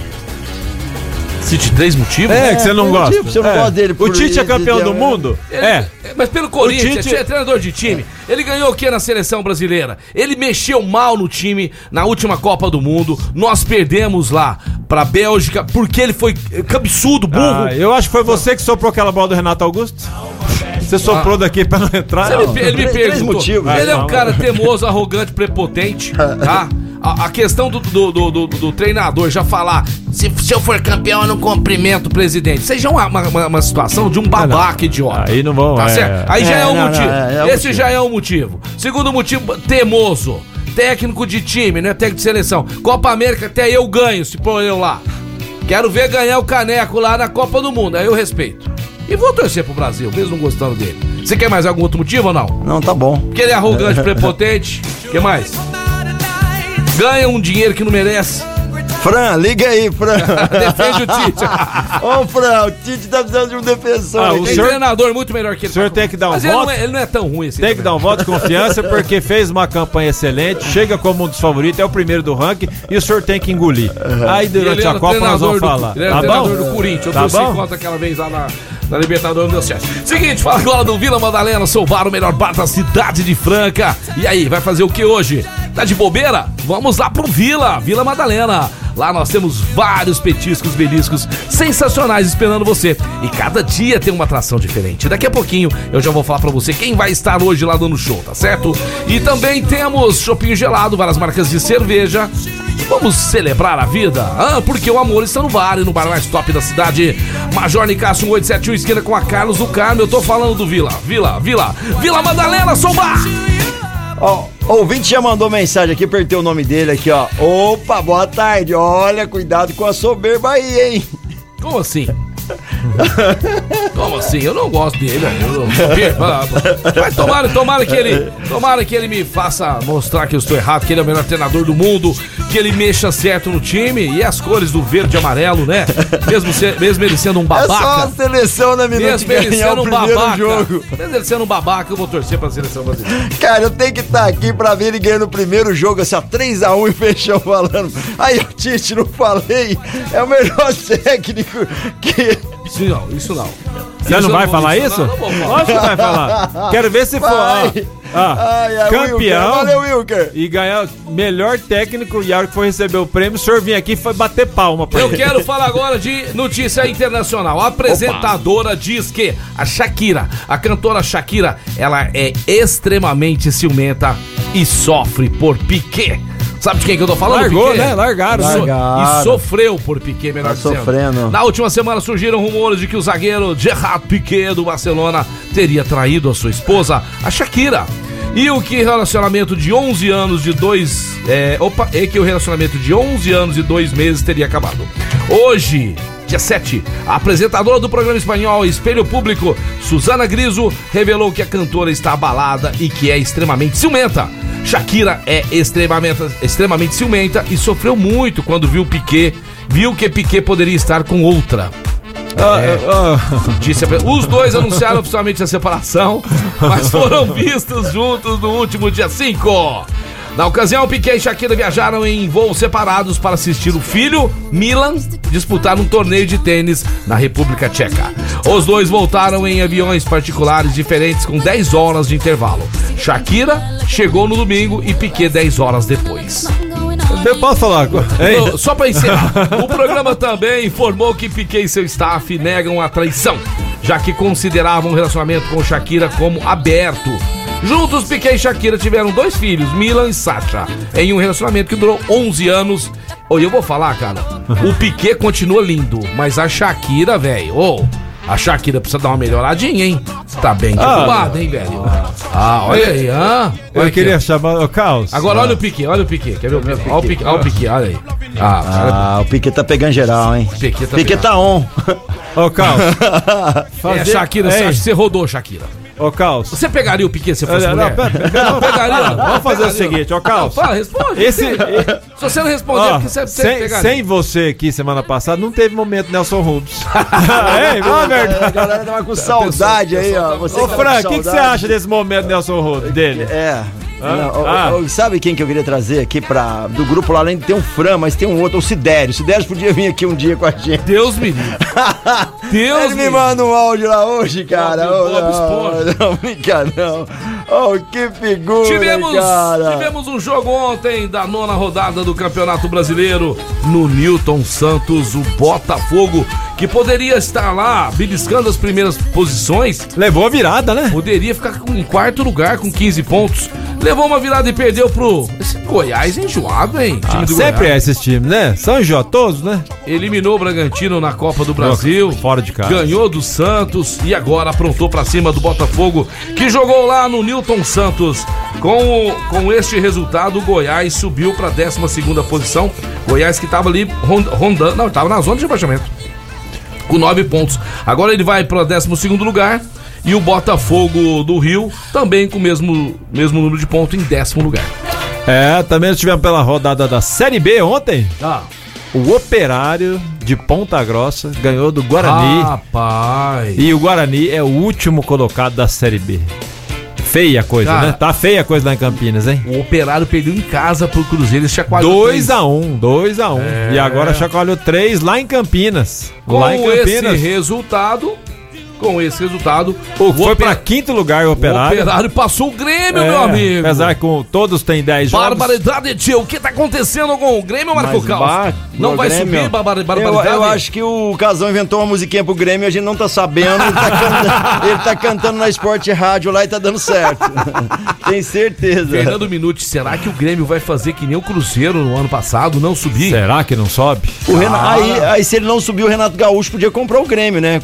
Cite três motivos? É, que você não tem gosta. motivo, você não É. gosta dele O por Tite é isso, campeão do entendeu? mundo? Ele- É. Mas pelo Corinthians, Tite- é treinador de time. Ele ganhou o que na seleção brasileira? Ele mexeu mal no time na última Copa do Mundo. Nós perdemos lá pra Bélgica porque ele foi cabeçudo, burro. Ah, eu acho que foi você que soprou aquela bola do Renato Augusto. Você soprou ah. daqui pra não entrar? Não. Ele, ele me Três perguntou. motivos. Ele é um cara teimoso, arrogante, prepotente, tá? A, a questão do, do, do, do, do treinador já falar, se, se eu for campeão eu não cumprimento o presidente. Seja uma, uma, uma situação de um babaca idiota. Aí não vão, tá é, certo? Aí é, já é um não, motivo. Não, é, é Esse motivo. já é um motivo. Segundo motivo, teimoso. Técnico de time, não é técnico de seleção. Copa América até eu ganho, se pôr eu lá. Quero ver ganhar o caneco lá na Copa do Mundo, aí eu respeito. E vou torcer pro Brasil, mesmo não gostando dele. Você quer mais algum outro motivo ou não? Não, tá bom. Porque ele é arrogante, prepotente. O que mais? Ganha um dinheiro que não merece. Fran, liga aí, Fran. Defende o Tite. Ô, Fran, o Tite tá precisando de um defensor. Ah, aqui. o Tem senhor- treinador muito melhor que ele. O senhor tem que dar um Mas ele voto. não, é, ele não é tão ruim assim. Tem que também. dar um voto de confiança porque fez uma campanha excelente, chega como um dos favoritos, é o primeiro do ranking e o senhor tem que engolir. Aí E durante ele a era Copa nós vamos treinador do- falar. Ele era Tá treinador bom? do Corinthians. Eu Tá torci bom? contra aquela vez lá na, na Libertadores, não deu certo. Seguinte, fala agora do Vila Madalena, sou bar, o melhor bar da cidade de Franca. E aí, vai fazer o que hoje? Tá de bobeira? Vamos lá pro Vila, Vila Madalena. Lá nós temos vários petiscos, beliscos sensacionais esperando você. E cada dia tem uma atração diferente. Daqui a pouquinho eu já vou falar pra você quem vai estar hoje lá dando show, tá certo? E também temos chopinho gelado, várias marcas de cerveja. Vamos celebrar a vida? Ah, porque o amor está no bar e no bar mais top da cidade. Major Nicásio um oito sete um, esquina com a Carlos do Carmo. Eu tô falando do Vila, Vila, Vila, Vila Madalena, sou bar! Ó, o ouvinte já mandou mensagem aqui, apertei o nome dele aqui, ó. Opa, boa tarde. Olha, cuidado com a soberba aí, hein? Como assim? Como assim? Eu não gosto dele, eu não... Mas tomara, tomara que ele Tomara que ele me faça mostrar que eu estou errado, que ele é o melhor treinador do mundo, que ele mexa certo no time. E as cores do verde e amarelo, né? Mesmo, se, mesmo ele sendo um babaca. É só a seleção, né, Minuto? Mesmo ele ganhar sendo o um primeiro babaca jogo. Mesmo ele sendo um babaca, eu vou torcer pra seleção brasileira. Cara, eu tenho que estar aqui pra ver ele ganhando o primeiro jogo, assim, ó, três a um e fechou falando. Aí, o Tite, não falei, é o melhor técnico que... Isso não, isso não. Você Isso não vai eu falar isso? isso? Não, não vou falar. Lógico que vai falar. Quero ver se for. Vai. Ó, ó, Ai, ai, campeão. Wilker, valeu, Wilker. E ganhar o melhor técnico e a hora que for receber o prêmio, o senhor vir aqui e foi bater palma pra Eu ele. quero falar agora de notícia internacional. A apresentadora diz que a Shakira, a cantora Shakira, ela é extremamente ciumenta e sofre por Piqué. Sabe de quem que eu tô falando? Largou, Piqué? né? Largaram. So- Largaram. E sofreu por Piqué, melhor Tá dizendo. sofrendo. Na última semana surgiram rumores de que o zagueiro Gerard Piqué do Barcelona teria traído a sua esposa, a Shakira. E o que relacionamento de onze anos de dois... É, opa, é que o relacionamento de onze anos e dois meses teria acabado. Hoje... Dia sete, a apresentadora do programa espanhol Espelho Público, Susana Griso, revelou que a cantora está abalada e que é extremamente ciumenta. Shakira é extremamente, extremamente ciumenta e sofreu muito quando viu Piqué, viu que Piqué poderia estar com outra. É, disse a... Os dois anunciaram oficialmente a separação, mas foram vistos juntos no último dia cinco. Na ocasião, Piqué e Shakira viajaram em voos separados para assistir o filho, Milan, disputar um torneio de tênis na República Tcheca. Os dois voltaram em aviões particulares diferentes com dez horas de intervalo. Shakira chegou no domingo e Piqué dez horas depois. Eu posso falar? Ei. No, só para encerrar, o programa também informou que Piqué e seu staff negam a traição, já que consideravam o relacionamento com Shakira como aberto. Juntos, Piqué e Shakira tiveram dois filhos, Milan e Sacha, em um relacionamento que durou onze anos. Ô, eu vou falar, cara, o Piqué continua lindo, mas a Shakira, velho, ô, a Shakira precisa dar uma melhoradinha, hein? Tá bem derrubada, hein, velho? Ah, olha aí, ah. Eu Olha queria aqui, chamar o Caos. agora olha o Piqué, olha o Piqué, quer ver o Piqué? Olha o Piqué, olha o Piqué, olha aí. Ah, olha Ah, o Piquet tá pegando geral, hein? Piquet tá Piquet pegando. tá on. Ô, Caos. É, Shakira, você Ei. acha que você rodou, Shakira? Ô, Caos. Você pegaria o Piquet se fosse Não, mulher? não, pera, pera, Não, pegaria. Vamos fazer o seguinte, ô, Caos. Fala, responde. Esse, Se você não responder, ó, porque você, você sem, pegaria. sem você aqui semana passada, não teve momento Nelson Rubens. Ei, vamos A verdade. galera tava com saudade aí, ó. Você Ô, que tava Frank, o com que, que você saudade. acha desse momento Nelson Rubens, dele? É, Não, Ah. o- o- sabe quem que eu queria trazer aqui pra, do grupo lá, além de ter um Fran, mas tem um outro, o Sidério. O Sidério podia vir aqui um dia com a gente. Deus me livre. Deus Ele me me manda um áudio lá hoje, cara. Bob- Oh, Bob não, Esponja. não, brinca não. Oh, que figura, Tivemos, cara. tivemos um jogo ontem da nona rodada do Campeonato Brasileiro no Newton Santos, o Botafogo, que poderia estar lá beliscando as primeiras posições, Levou a virada, né? poderia ficar com- em quarto lugar com quinze pontos. Levou uma virada e perdeu pro esse Goiás enjoado, hein? Time Ah, do sempre é Goiás. esses times, né? São enjotosos, né? Eliminou o Bragantino na Copa do Brasil. Fora de casa. Ganhou do Santos e agora aprontou pra cima do Botafogo, que jogou lá no Newton Santos. Com, o- com este resultado, o Goiás subiu pra décima segunda posição. Goiás que tava ali ron- rondando, não, tava na zona de rebaixamento, com nove pontos. Agora ele vai para décimo segundo lugar e o Botafogo do Rio também com o mesmo, mesmo número de pontos em décimo lugar. É, também nós tivemos pela rodada da Série B ontem. Ah, O Operário de Ponta Grossa ganhou do Guarani. rapaz. E o Guarani é o último colocado da Série B. Feia a coisa, Cara, né? Tá feia a coisa lá em Campinas, hein? O Operário perdeu em casa pro Cruzeiro e chacoalhou dois a um, dois a um. É. E agora chacoalhou três lá em Campinas. Com lá em esse Campinas. resultado, com esse resultado, O, foi Oper- pra quinto lugar o o Operário. Operário passou o Grêmio, É, meu amigo. Apesar que com, todos têm dez jogos. Barbaridade, tio. O que tá acontecendo com o Grêmio, Marco Mas, Caos? bah, Não o vai Grêmio, subir, barbar- Eu, barbaridade? eu acho que o Casão inventou uma musiquinha pro Grêmio, a gente não tá sabendo. Ele tá cantando, ele tá cantando na Esporte Rádio lá e tá dando certo. Tem certeza. Fernando Minuti, será que o Grêmio vai fazer que nem o Cruzeiro no ano passado, não subir? Será que não sobe? O Renato, aí, aí, se ele não subiu, o Renato Gaúcho podia comprar o Grêmio, né?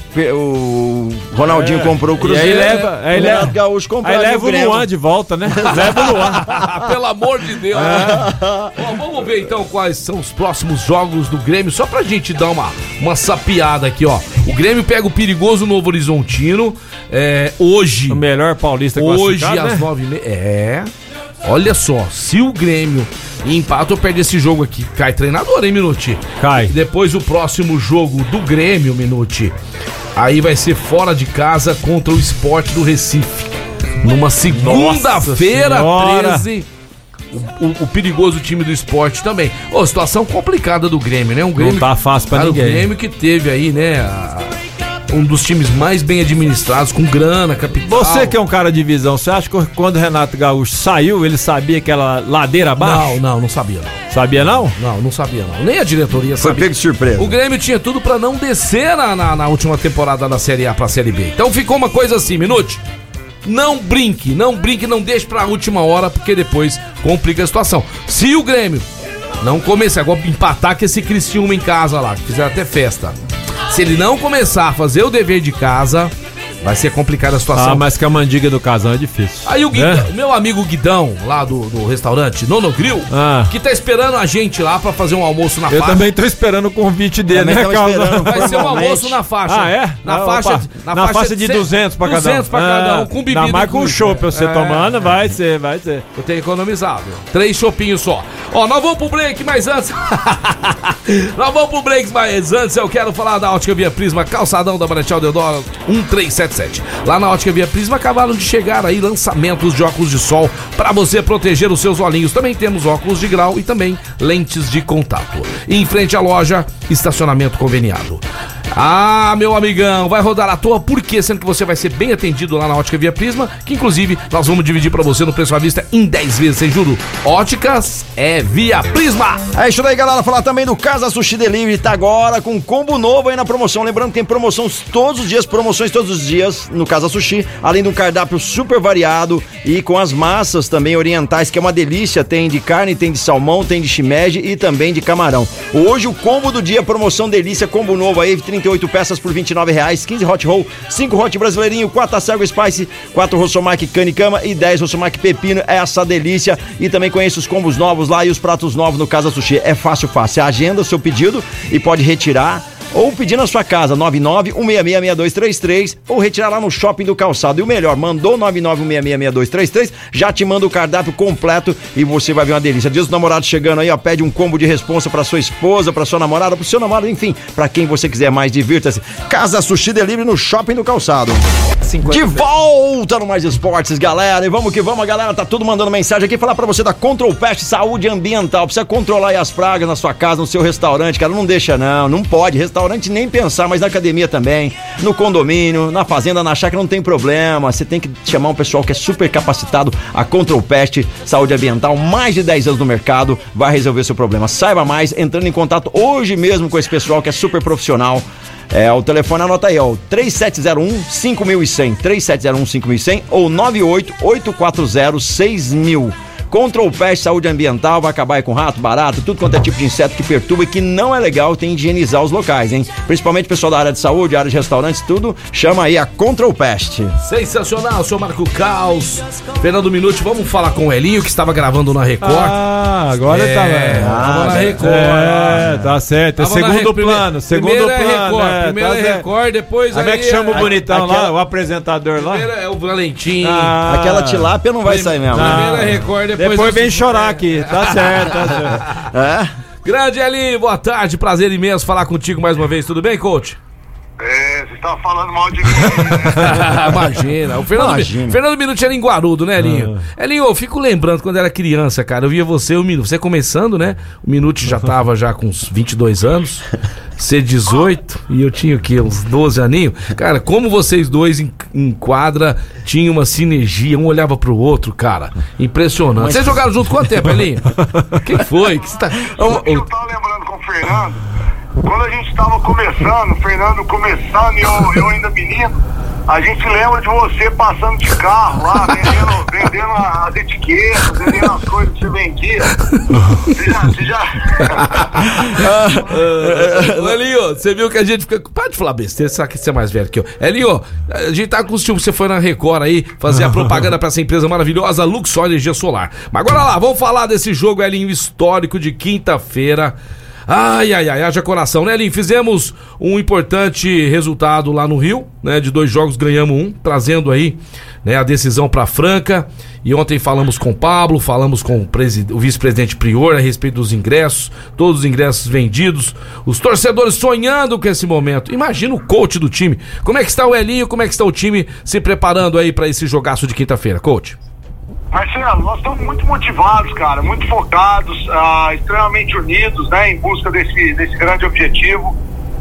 O Ronaldinho comprou o Cruzeiro. E aí leva, aí o leva, Renato Gaúcho comprou aí leva o o Grêmio. Luan de volta, né? Leva o Luan. Ah, pelo amor de Deus. Ó, vamos ver então quais são os próximos jogos do Grêmio, só pra gente dar uma, uma sapiada aqui, ó. O Grêmio pega o perigoso Novo Horizontino é, hoje. O melhor paulista Hoje classificado, às né? nove e meia. É. Olha só, se o Grêmio empata ou perde esse jogo aqui, cai treinador, hein, Minuti? Cai. E depois o próximo jogo do Grêmio, Minuti, aí vai ser fora de casa contra o Sport do Recife. Numa segunda-feira, Senhora. treze. O, o- o perigoso time do Sport também. Ô, situação complicada do Grêmio, né? Um Grêmio, Não tá fácil pra cara, ninguém. O Grêmio que teve aí, né? a- um dos times mais bem administrados, com grana, capital. Você que é um cara de visão, você acha que quando o Renato Gaúcho saiu, ele sabia aquela ladeira abaixo? Não, não, não sabia não. Sabia não? Não, não sabia não. Nem a diretoria Foi sabia. pego de surpresa. O Grêmio tinha tudo pra não descer na, na, na última temporada da Série A pra Série B. Então ficou uma coisa assim, Minuti. Não brinque, não brinque, não deixe pra última hora, porque depois complica a situação. Se o Grêmio não começar, agora empatar com esse Criciúma em casa lá, que fizeram até festa. Se ele não começar a fazer o dever de casa, vai ser complicada a situação. Ah, mas que a mandiga do casal é difícil. Aí o Guidão, Né? meu amigo Guidão, lá do, do restaurante Nono Grill, Ah. que tá esperando a gente lá pra fazer um almoço na Eu faixa. também tô esperando o convite dele, Também né, tamo Calma? esperando. Vai ser um Formalmente. almoço na faixa. Ah, é? Na Ah, faixa, opa. Na faixa de cem- duzentos pra cada um. duzentos pra cada um, com bebida. Ainda mais com incluída. chopp pra você É. tomando, vai ser, vai ser. Eu tenho economizado. Três chopinhos só. Ó, nós vamos pro break, mas antes. Nós vamos pro break, mas antes eu quero falar da Ótica Via Prisma, calçadão da Marechal Deodoro um três sete sete. Lá na Ótica Via Prisma acabaram de chegar aí lançamentos de óculos de sol para você proteger os seus olhinhos. Também temos óculos de grau e também lentes de contato. E em frente à loja, estacionamento conveniado. Ah, meu amigão, vai rodar à toa, por quê? Sendo que você vai ser bem atendido lá na Ótica Via Prisma, que inclusive nós vamos dividir pra você no preço à vista em dez vezes sem juro. Óticas é Via Prisma. É isso aí, galera. Falar também do Casa Sushi Delivery, tá agora com combo novo aí na promoção. Lembrando que tem promoções todos os dias, promoções todos os dias no Casa Sushi, além de um cardápio super variado e com as massas também orientais, que é uma delícia. Tem de carne, tem de salmão, tem de shimeji e também de camarão. Hoje o combo do dia, promoção delícia, combo novo aí, trinta e oito peças por vinte e nove reais, quinze hot roll, cinco hot brasileirinho, quatro acelga spice, quatro rossomaki canicama e dez rossomaki pepino. Essa delícia. E também conheça os combos novos lá e os pratos novos no Casa Sushi. É fácil, fácil. Você agenda o seu pedido e pode retirar ou pedir na sua casa, nove nove um seis seis seis dois três três, ou retirar lá no Shopping do Calçado. E o melhor, mandou nove nove um seis seis seis dois três três, já te manda o cardápio completo e você vai ver uma delícia. Dia dos Namorados chegando aí, ó, pede um combo de responsa pra sua esposa, pra sua namorada, pro seu namorado, enfim, pra quem você quiser mais, divirta-se. Casa Sushi Delivery no Shopping do Calçado. De volta no Mais Esportes, galera, e vamos que vamos, galera, tá tudo mandando mensagem aqui, falar pra você da Control Pest Saúde Ambiental, precisa controlar aí as pragas na sua casa, no seu restaurante, cara, não deixa não, não pode, restaurante nem pensar, mas na academia também, no condomínio, na fazenda, na chácara, não tem problema, você tem que chamar um pessoal que é super capacitado, a Control Pest Saúde Ambiental, mais de dez anos no mercado, vai resolver seu problema. Saiba mais, entrando em contato hoje mesmo com esse pessoal que é super profissional. É, o telefone anota aí, ó, três sete zero um cinco mil e cem, três sete zero um cinco mil e cem ou nove oito oito quatro zero seis mil. Control Pest Saúde Ambiental vai acabar aí com rato, barato, tudo quanto é tipo de inseto que perturba e que não é legal, tem que higienizar os locais, hein? Principalmente o pessoal da área de saúde, área de restaurantes, tudo, chama aí a Control Pest. Sensacional, seu Marco Caos, Fernando Minuti, vamos falar com o Elinho que estava gravando na Record. Ah, agora é, tá, tava na Record. É, tá certo, é segundo Re... plano, segundo primeiro plano. É Record, é, primeiro tá é Record, depois aí... Como é que chama o bonitão aquela... lá, o apresentador lá? Primeiro é o Valentim. Ah, aquela tilápia não vai sair mesmo. Primeiro é Record, depois... Depois vem chorar aqui, tá certo, tá certo. É? Grande Elinho, boa tarde, prazer imenso falar contigo mais uma vez, tudo bem, coach? É, você tava falando mal de mim, né? Imagina, o Fernando, Imagina. Fernando Minuti era em Guarudo, né, Elinho? Ah. Elinho, eu fico lembrando quando era criança, cara, eu via você, o Minuti, você começando, né? O Minuti já tava já com uns vinte e dois anos, você dezoito, e eu tinha o quê? Uns doze aninhos. Cara, como vocês dois em, em quadra tinham uma sinergia, um olhava pro outro, cara, impressionante. Vocês jogaram junto quanto tempo, Elinho? Quem foi? Que você tá... O que eu tava lembrando com o Fernando, quando a gente tava começando, o Fernando começando e eu, eu ainda menino, a gente lembra de você passando de carro lá, vendendo, vendendo as etiquetas, vendendo as coisas que você vendia. Você já... Você já... uh, Elinho, você viu que a gente fica... Para de falar besteira, sabe que você é mais velho que eu. Elinho, a gente tá com os filmes, você foi na Record aí, fazer a propaganda pra essa empresa maravilhosa, Luxor Energia Solar. Mas agora lá, vamos falar desse jogo, Elinho, histórico de quinta-feira. Ai, ai, ai, haja coração, né, Elinho? Fizemos um importante resultado lá no Rio, né? De dois jogos ganhamos um, trazendo aí, né, a decisão pra Franca. E ontem falamos com o Pablo, falamos com o, presid... o vice-presidente Prior a respeito dos ingressos, todos os ingressos vendidos, os torcedores sonhando com esse momento. Imagina o coach do time. Como é que está o Elinho, como é que está o time se preparando aí pra esse jogaço de quinta-feira, coach? Marcelo, nós estamos muito motivados, cara, muito focados, uh, extremamente unidos, né, em busca desse, desse grande objetivo.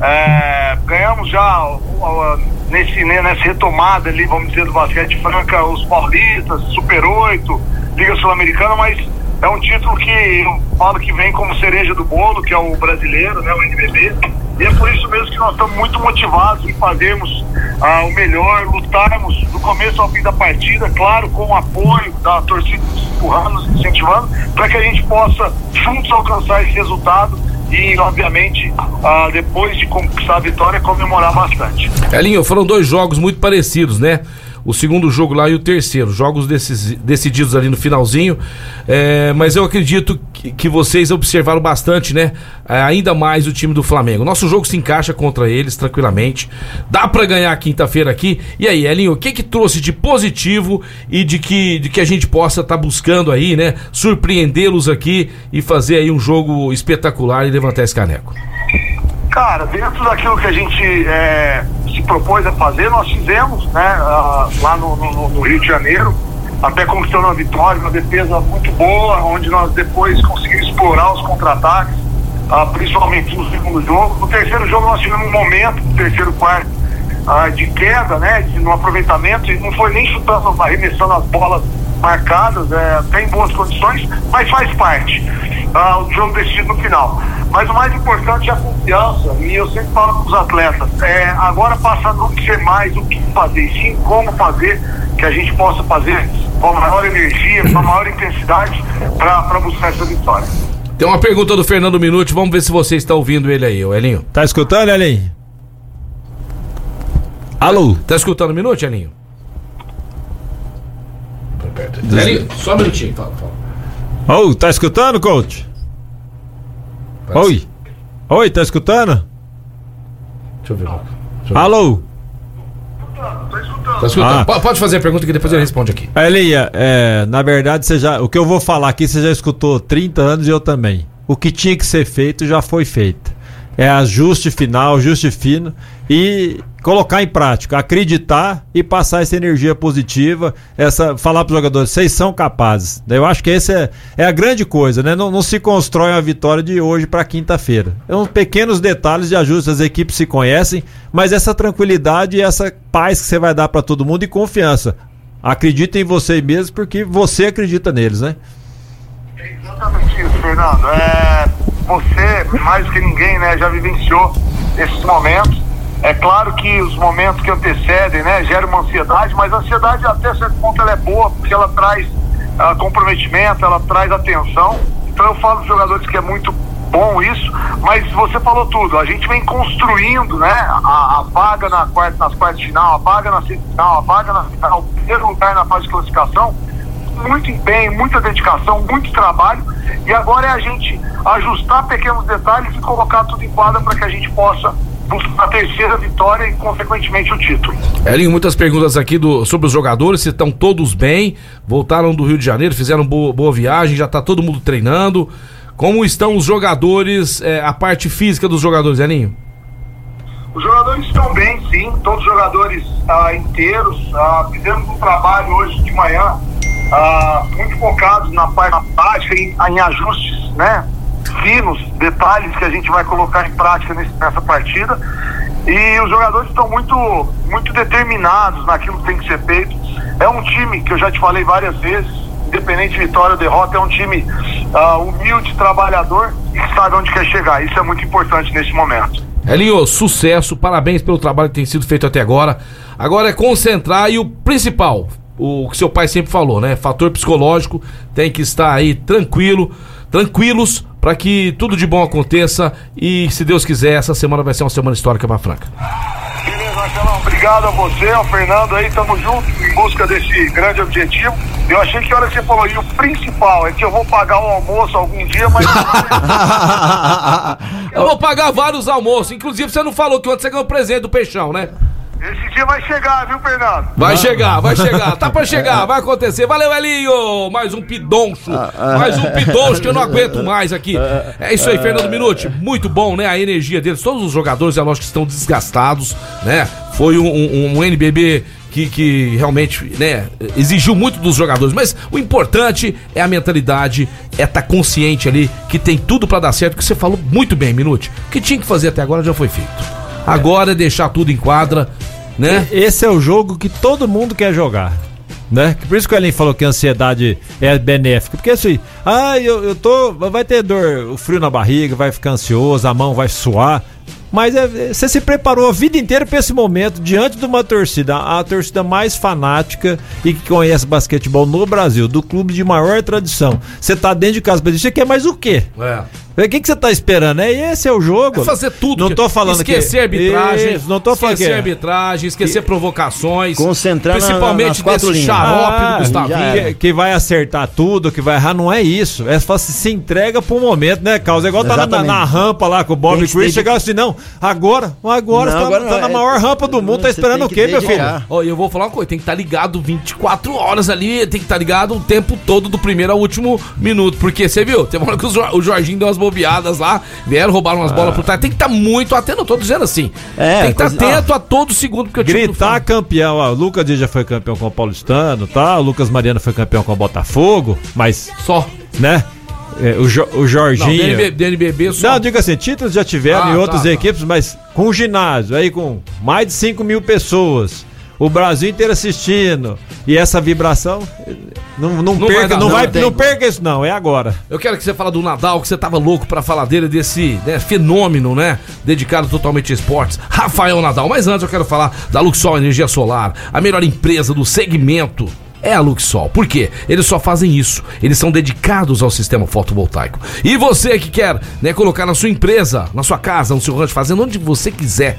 É, ganhamos já uh, uh, nesse, né, nessa retomada ali, vamos dizer, do basquete Franca, os paulistas, Super oito, Liga Sul-Americana, mas é um título que eu falo que vem como cereja do bolo, que é o brasileiro, né, o N B B. E é por isso mesmo que nós estamos muito motivados em fazermos ah, o melhor, lutarmos do começo ao fim da partida, claro, com o apoio da torcida empurrando, nos incentivando, para que a gente possa juntos alcançar esse resultado e, obviamente, ah, depois de conquistar a vitória, comemorar bastante. Elinho, foram dois jogos muito parecidos, né? O segundo jogo lá e o terceiro, jogos decis, decididos ali no finalzinho, é, mas eu acredito que, que vocês observaram bastante, né, é, ainda mais o time do Flamengo. Nosso jogo se encaixa contra eles tranquilamente, dá pra ganhar quinta-feira aqui. E aí, Elinho, o que que trouxe de positivo e de que, de que a gente possa estar tá buscando aí, né, surpreendê-los aqui e fazer aí um jogo espetacular e levantar esse caneco? Cara, dentro daquilo que a gente é, se propôs a fazer, nós fizemos, né, uh, lá no, no, no Rio de Janeiro, até conquistando uma vitória, uma defesa muito boa, onde nós depois conseguimos explorar os contra-ataques, uh, principalmente no segundo jogo. No terceiro jogo nós tivemos um momento, no terceiro quarto, uh, de queda, né, de, no aproveitamento, e não foi nem chutando, arremessando as bolas marcadas, é, tem boas condições, mas faz parte. Uh, o jogo decidido no final. Mas o mais importante é a confiança, e eu sempre falo com os atletas, é, agora passa a não ser mais o que fazer, e sim como fazer, que a gente possa fazer com a maior energia, com a maior intensidade para buscar essa vitória. Tem uma pergunta do Fernando Minuti, vamos ver se você está ouvindo ele aí, ô Elinho. Tá escutando, Elinho? Alô? Tá escutando o Minuti, Elinho? Elinho, só um minutinho, fala, fala. Ô, oh, tá escutando, coach? Parece. Oi. Oi, tá escutando? Deixa eu ver. Deixa eu ver. Alô? Tá escutando? Ah. Pode fazer a pergunta que depois ele responde aqui. Elinha, é, na verdade, você já, o que eu vou falar aqui, você já escutou trinta anos e eu também. O que tinha que ser feito já foi feito. É ajuste final, ajuste fino e colocar em prática, acreditar e passar essa energia positiva, essa, falar para os jogadores, vocês são capazes. Eu acho que essa é, é a grande coisa, né? Não, não se constrói uma vitória de hoje para quinta-feira. É uns pequenos detalhes de ajuste, as equipes se conhecem, mas essa tranquilidade e essa paz que você vai dar para todo mundo e confiança. Acredita em você mesmo porque você acredita neles, né? É exatamente isso, Fernando. É, você, mais do que ninguém, né, já vivenciou esses momentos. É claro que os momentos que antecedem, né, geram uma ansiedade, mas a ansiedade até certo ponto ela é boa, porque ela traz uh, comprometimento, ela traz atenção. Então eu falo dos jogadores que é muito bom isso, mas você falou tudo. A gente vem construindo, né, a, a vaga na quarta, nas quartas de final, a vaga na semifinal, a vaga na final, o primeiro lugar na fase de classificação. Muito empenho, muita dedicação, muito trabalho, e agora é a gente ajustar pequenos detalhes e colocar tudo em quadra para que a gente possa buscar a terceira vitória e consequentemente o título. Elinho, muitas perguntas aqui do, sobre os jogadores, se estão todos bem, voltaram do Rio de Janeiro, fizeram boa, boa viagem, já está todo mundo treinando. Como estão os jogadores, é, a parte física dos jogadores, Elinho? Os jogadores estão bem, sim, todos os jogadores ah, inteiros. Ah, fizemos um trabalho hoje de manhã ah, muito focados na parte na prática, em, em ajustes, né, finos, detalhes que a gente vai colocar em prática nesse, nessa partida. E os jogadores estão muito, muito determinados naquilo que tem que ser feito. É um time que eu já te falei várias vezes, independente de vitória ou derrota, é um time ah, humilde, trabalhador e que sabe onde quer chegar. Isso é muito importante nesse momento. Elinho, sucesso, parabéns pelo trabalho que tem sido feito até agora. Agora é concentrar e o principal, o que seu pai sempre falou, né? Fator psicológico, tem que estar aí tranquilo, tranquilos para que tudo de bom aconteça e, se Deus quiser, essa semana vai ser uma semana histórica para Franca. Beleza, Marcelão, obrigado a você, ao Fernando aí, tamo junto em busca desse grande objetivo. Eu achei que a hora que você falou, e o principal é que eu vou pagar um almoço algum dia, mas... Eu vou pagar vários almoços, inclusive você não falou que ontem você ganhou o presente do Peixão, né? Esse dia vai chegar, viu, Fernando? Vai chegar, vai chegar, tá pra chegar, vai acontecer. Valeu, Elinho! Mais um pidoncho, mais um pidoncho que eu não aguento mais aqui. É isso aí, Fernando Minuti, muito bom, né? A energia deles, todos os jogadores, é lógico que estão desgastados, né? Foi um, um, um N B B que, que realmente, né, exigiu muito dos jogadores, mas o importante é a mentalidade, é estar consciente ali que tem tudo pra dar certo, que você falou muito bem, Minuti. O que tinha que fazer até agora já foi feito. Agora é deixar tudo em quadra, né? Esse é o jogo que todo mundo quer jogar, né? Por isso que o Elinho falou que a ansiedade é benéfica, porque assim, ah, eu, eu tô, vai ter dor, o frio na barriga, vai ficar ansioso, a mão vai suar, mas é, você se preparou a vida inteira para esse momento diante de uma torcida, a torcida mais fanática e que conhece basquetebol no Brasil, do clube de maior tradição. Você tá dentro de casa, você quer mais o quê? É. O que que você tá esperando? É, esse é o jogo. É fazer tudo. Não tô falando esquecer que... arbitragem. Isso, não tô falando esquecer que... arbitragem, esquecer que... provocações. Concentrar principalmente na, nas desse xarope ah, do Gustavinho. Que, que vai acertar tudo, que vai errar, não é isso. É só se, se entrega pro momento, né, Carlos? É igual tá na, na rampa lá com o Bob Chris, chegar assim, não, agora, agora não, tá, agora tá não, na é... maior rampa do mundo, tá esperando o quê, meu filho? Ó, eu vou falar uma coisa, tem que estar tá ligado vinte e quatro horas ali, tem que estar tá ligado o tempo todo do primeiro ao último minuto, porque você viu, teve uma hora que o Jorginho deu umas bobeadas lá, vieram, roubaram umas ah. bolas por trás. Tem que estar tá muito atento, eu tô dizendo assim. É, tem que estar tá atento ah. a todo segundo. Porque gritar campeão. Ó, o Lucas Dias já foi campeão com o Paulistano, tá? O Lucas Mariano foi campeão com o Botafogo, mas só, né? É, o, jo, o Jorginho. Não, D N B B só. Não, diga assim, títulos já tiveram ah, em outras tá, equipes, tá. mas com o ginásio, aí com mais de cinco mil pessoas. O Brasil inteiro assistindo. E essa vibração, não, não, não perca, vai dar, não, não, vai, não perca isso não, é agora. Eu quero que você fale do Nadal, que você tava louco pra falar dele, desse, né, fenômeno, né, dedicado totalmente a esportes, Rafael Nadal. Mas antes eu quero falar da Luxol Energia Solar, a melhor empresa do segmento. É a Luxol. Por quê? Eles só fazem isso. Eles são dedicados ao sistema fotovoltaico. E você que quer, né, colocar na sua empresa, na sua casa, no seu rancho, fazendo onde você quiser,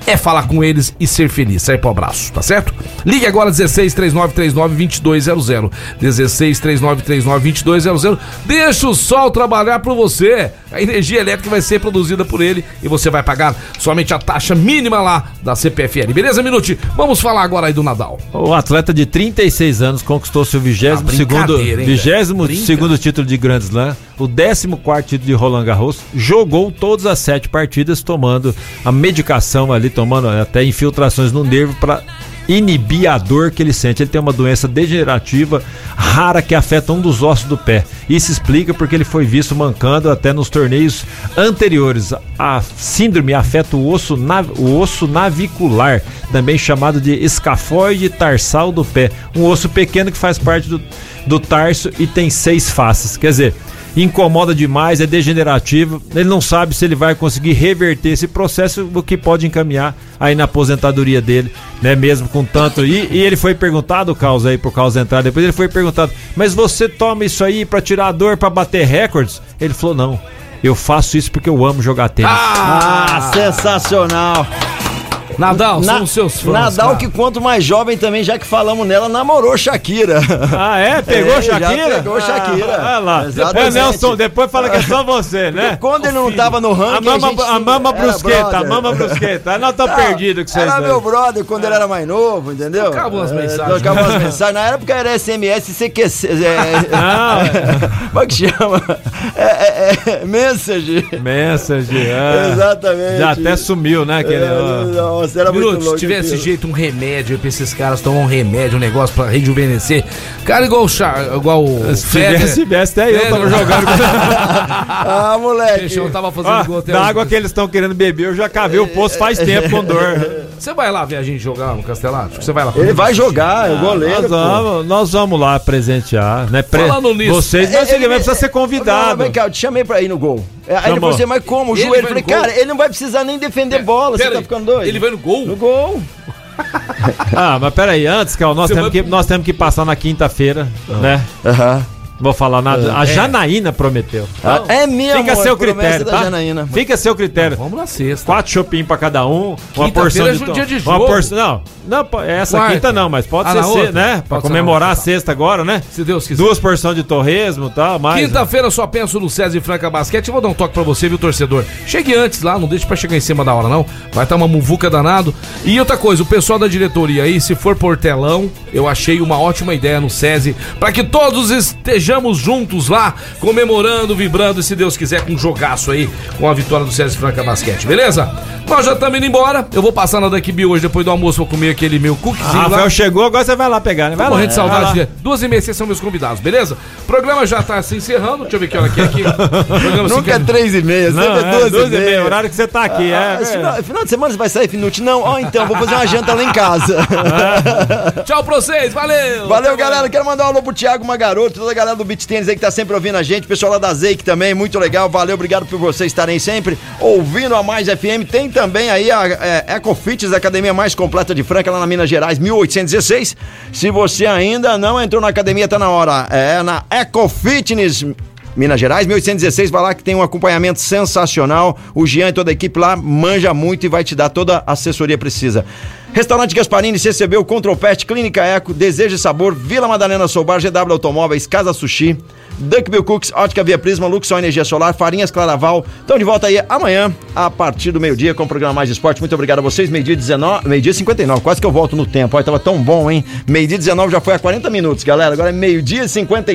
é falar com eles e ser feliz. Sai pro abraço, tá certo? Ligue agora dezesseis, três nove três nove, vinte e dois zero zero. dezesseis, três nove três nove, vinte e dois zero zero. Deixa o sol trabalhar por você. A energia elétrica vai ser produzida por ele e você vai pagar somente a taxa mínima lá da C P F L. Beleza, Minuti? Vamos falar agora aí do Nadal. O atleta de trinta e seis anos conquistou seu vigésimo segundo, vigésimo segundo título de Grand Slam, o décimo quarto título de Roland Garros, jogou todas as sete partidas tomando a medicação ali, tomando até infiltrações no nervo para inibir a dor que ele sente. Ele tem uma doença degenerativa rara que afeta um dos ossos do pé. Isso explica porque ele foi visto mancando até nos torneios anteriores. A síndrome afeta o osso, nav- o osso navicular, também chamado de escafoide tarsal do pé, um osso pequeno que faz parte do, do tarso e tem seis faces. Quer dizer, incomoda demais, é degenerativo, ele não sabe se ele vai conseguir reverter esse processo, o que pode encaminhar aí na aposentadoria dele, né, mesmo com tanto, e, e ele foi perguntado, causa aí, por causa da entrada, depois ele foi perguntado, mas você toma isso aí pra tirar a dor, pra bater recordes? Ele falou, não, eu faço isso porque eu amo jogar tênis. Ah, ah sensacional! Nadal, Na, são seus fãs. Nadal, cara. que quanto mais jovem também, já que falamos nela, namorou Shakira. Ah, é? Pegou é, Shakira? Já pegou Shakira. Ah, lá. Exatamente. É, Nelson, depois fala que é só você, né? Porque quando ele não tava no ranking, a mama, a, gente, a mama brusqueta, brother. a mama brusqueta. Aí nós estamos Ah, perdidos com vocês. Era dois. meu brother quando ele era mais novo, entendeu? Trocava umas mensagens. Trocava umas mensagens. Na época era S M S e C Q C. É, Não. como é que chama? É, é, é Message. Message, é. Exatamente. Já até sumiu, né? Aquele, ó. Nossa, era Minuto, muito louco. se tivesse aquilo. jeito um remédio pra esses caras tomar um remédio, um negócio pra rejuvenescer. Cara, igual o Char, igual o Se tivesse, se tivesse, até eu tava jogando. Ah, moleque. Peixão tava fazendo Ó, gol até da hoje. água que eles estão querendo beber, eu já cavei o poço faz tempo com dor. Você vai lá ver a gente jogar no Castelato? Você vai lá. Ele vai jogar, é o goleiro. Nós vamos, nós vamos lá presentear, né? Pre... Falando nisso. Vocês, mas Ele- ele vai precisar ser convidado. Não, vem cá, eu te chamei pra ir no gol. Aí ele Chamou. falou assim, mas como? O Ele joelho. Eu vai falei, no gol? cara, ele não vai precisar nem defender bola, você Pera tá aí, ficando doido? Ele vai no gol? No gol. Ah, mas peraí, antes, Cal, nós, Você temos vai- que, nós temos que passar na quinta-feira, né? Aham. Vou falar nada. A Janaína prometeu. Ah, é mesmo, Fica a seu promessa critério, da tá? Janaína. Fica a seu critério. Vamos na sexta. Quatro chopinhos pra cada um, uma Quinta-feira porção é de um to- dia de uma jogo. porção, não, não, po- essa Quarta. quinta não, mas pode Ah, ser, na se- outra? né? Pra Pode ser comemorar na a outra, tá. sexta agora, né? Se Deus quiser. Duas porções de torresmo e tal, mais. Quinta-feira eu só penso no César e Franca Basquete. Eu vou dar um toque pra você, viu, torcedor? Chegue antes lá, não deixe pra chegar em cima da hora, não. Vai estar uma muvuca danado. E outra coisa, o pessoal da diretoria aí, se for por telão, eu achei uma ótima ideia no SESI, pra que todos estejamos juntos lá, comemorando, vibrando, e se Deus quiser, com um jogaço aí, com a vitória do César e Franca Basquete, beleza? Nós já estamos indo embora. Eu vou passar na Daqui hoje, depois do almoço, vou comer aquele meu Ah, cookiezinho lá. Rafael chegou, agora você vai lá pegar, né? Vai Tô lá. morrendo de Vai lá. saudade dele. Duas e meia, vocês são meus convidados, beleza? O programa já tá se encerrando. Deixa eu ver que hora que é aqui. Programa Nunca é três e meia, sempre Não, é é duas, duas e meia. horário que você tá aqui, Ah, é. esse é. final, final de semana você vai sair, Finute? Não, ó, então, vou fazer uma janta lá em casa. Tchau pra vocês, valeu! Valeu, Até galera. mais. Quero mandar um alô pro Thiago Magaroto, toda a galera do Beach Tênis aí que tá sempre ouvindo a gente, pessoal lá da Zeik também, muito legal. Valeu, obrigado por vocês estarem sempre ouvindo a Mais F M. Tem também aí a é, Ecofitness, a academia mais completa de Franca, lá na Minas Gerais, mil oitocentos e dezesseis. Se você ainda não entrou na academia, tá na hora. É na Ecofitness Minas Gerais, mil oitocentos e dezesseis, vai lá que tem um acompanhamento sensacional. O Jean e toda a equipe lá manja muito e vai te dar toda a assessoria precisa. Restaurante Gasparini, C C B, o Control Pet, Clínica Eco, Desejo e Sabor, Vila Madalena Soubar, G W Automóveis, Casa Sushi, Duckbill Cooks, Ótica Via Prisma, Luxol Energia Solar, Farinhas Claraval. Estão de volta aí amanhã, a partir do meio-dia, com o programa Mais Esporte. Muito obrigado a vocês. Meio-dia dezenove, meio-dia cinquenta e nove, quase que eu volto no tempo. Olha, tava tão bom, hein? Meio-dia dezenove já foi há quarenta minutos, galera. Agora é meio-dia e cinquenta e nove.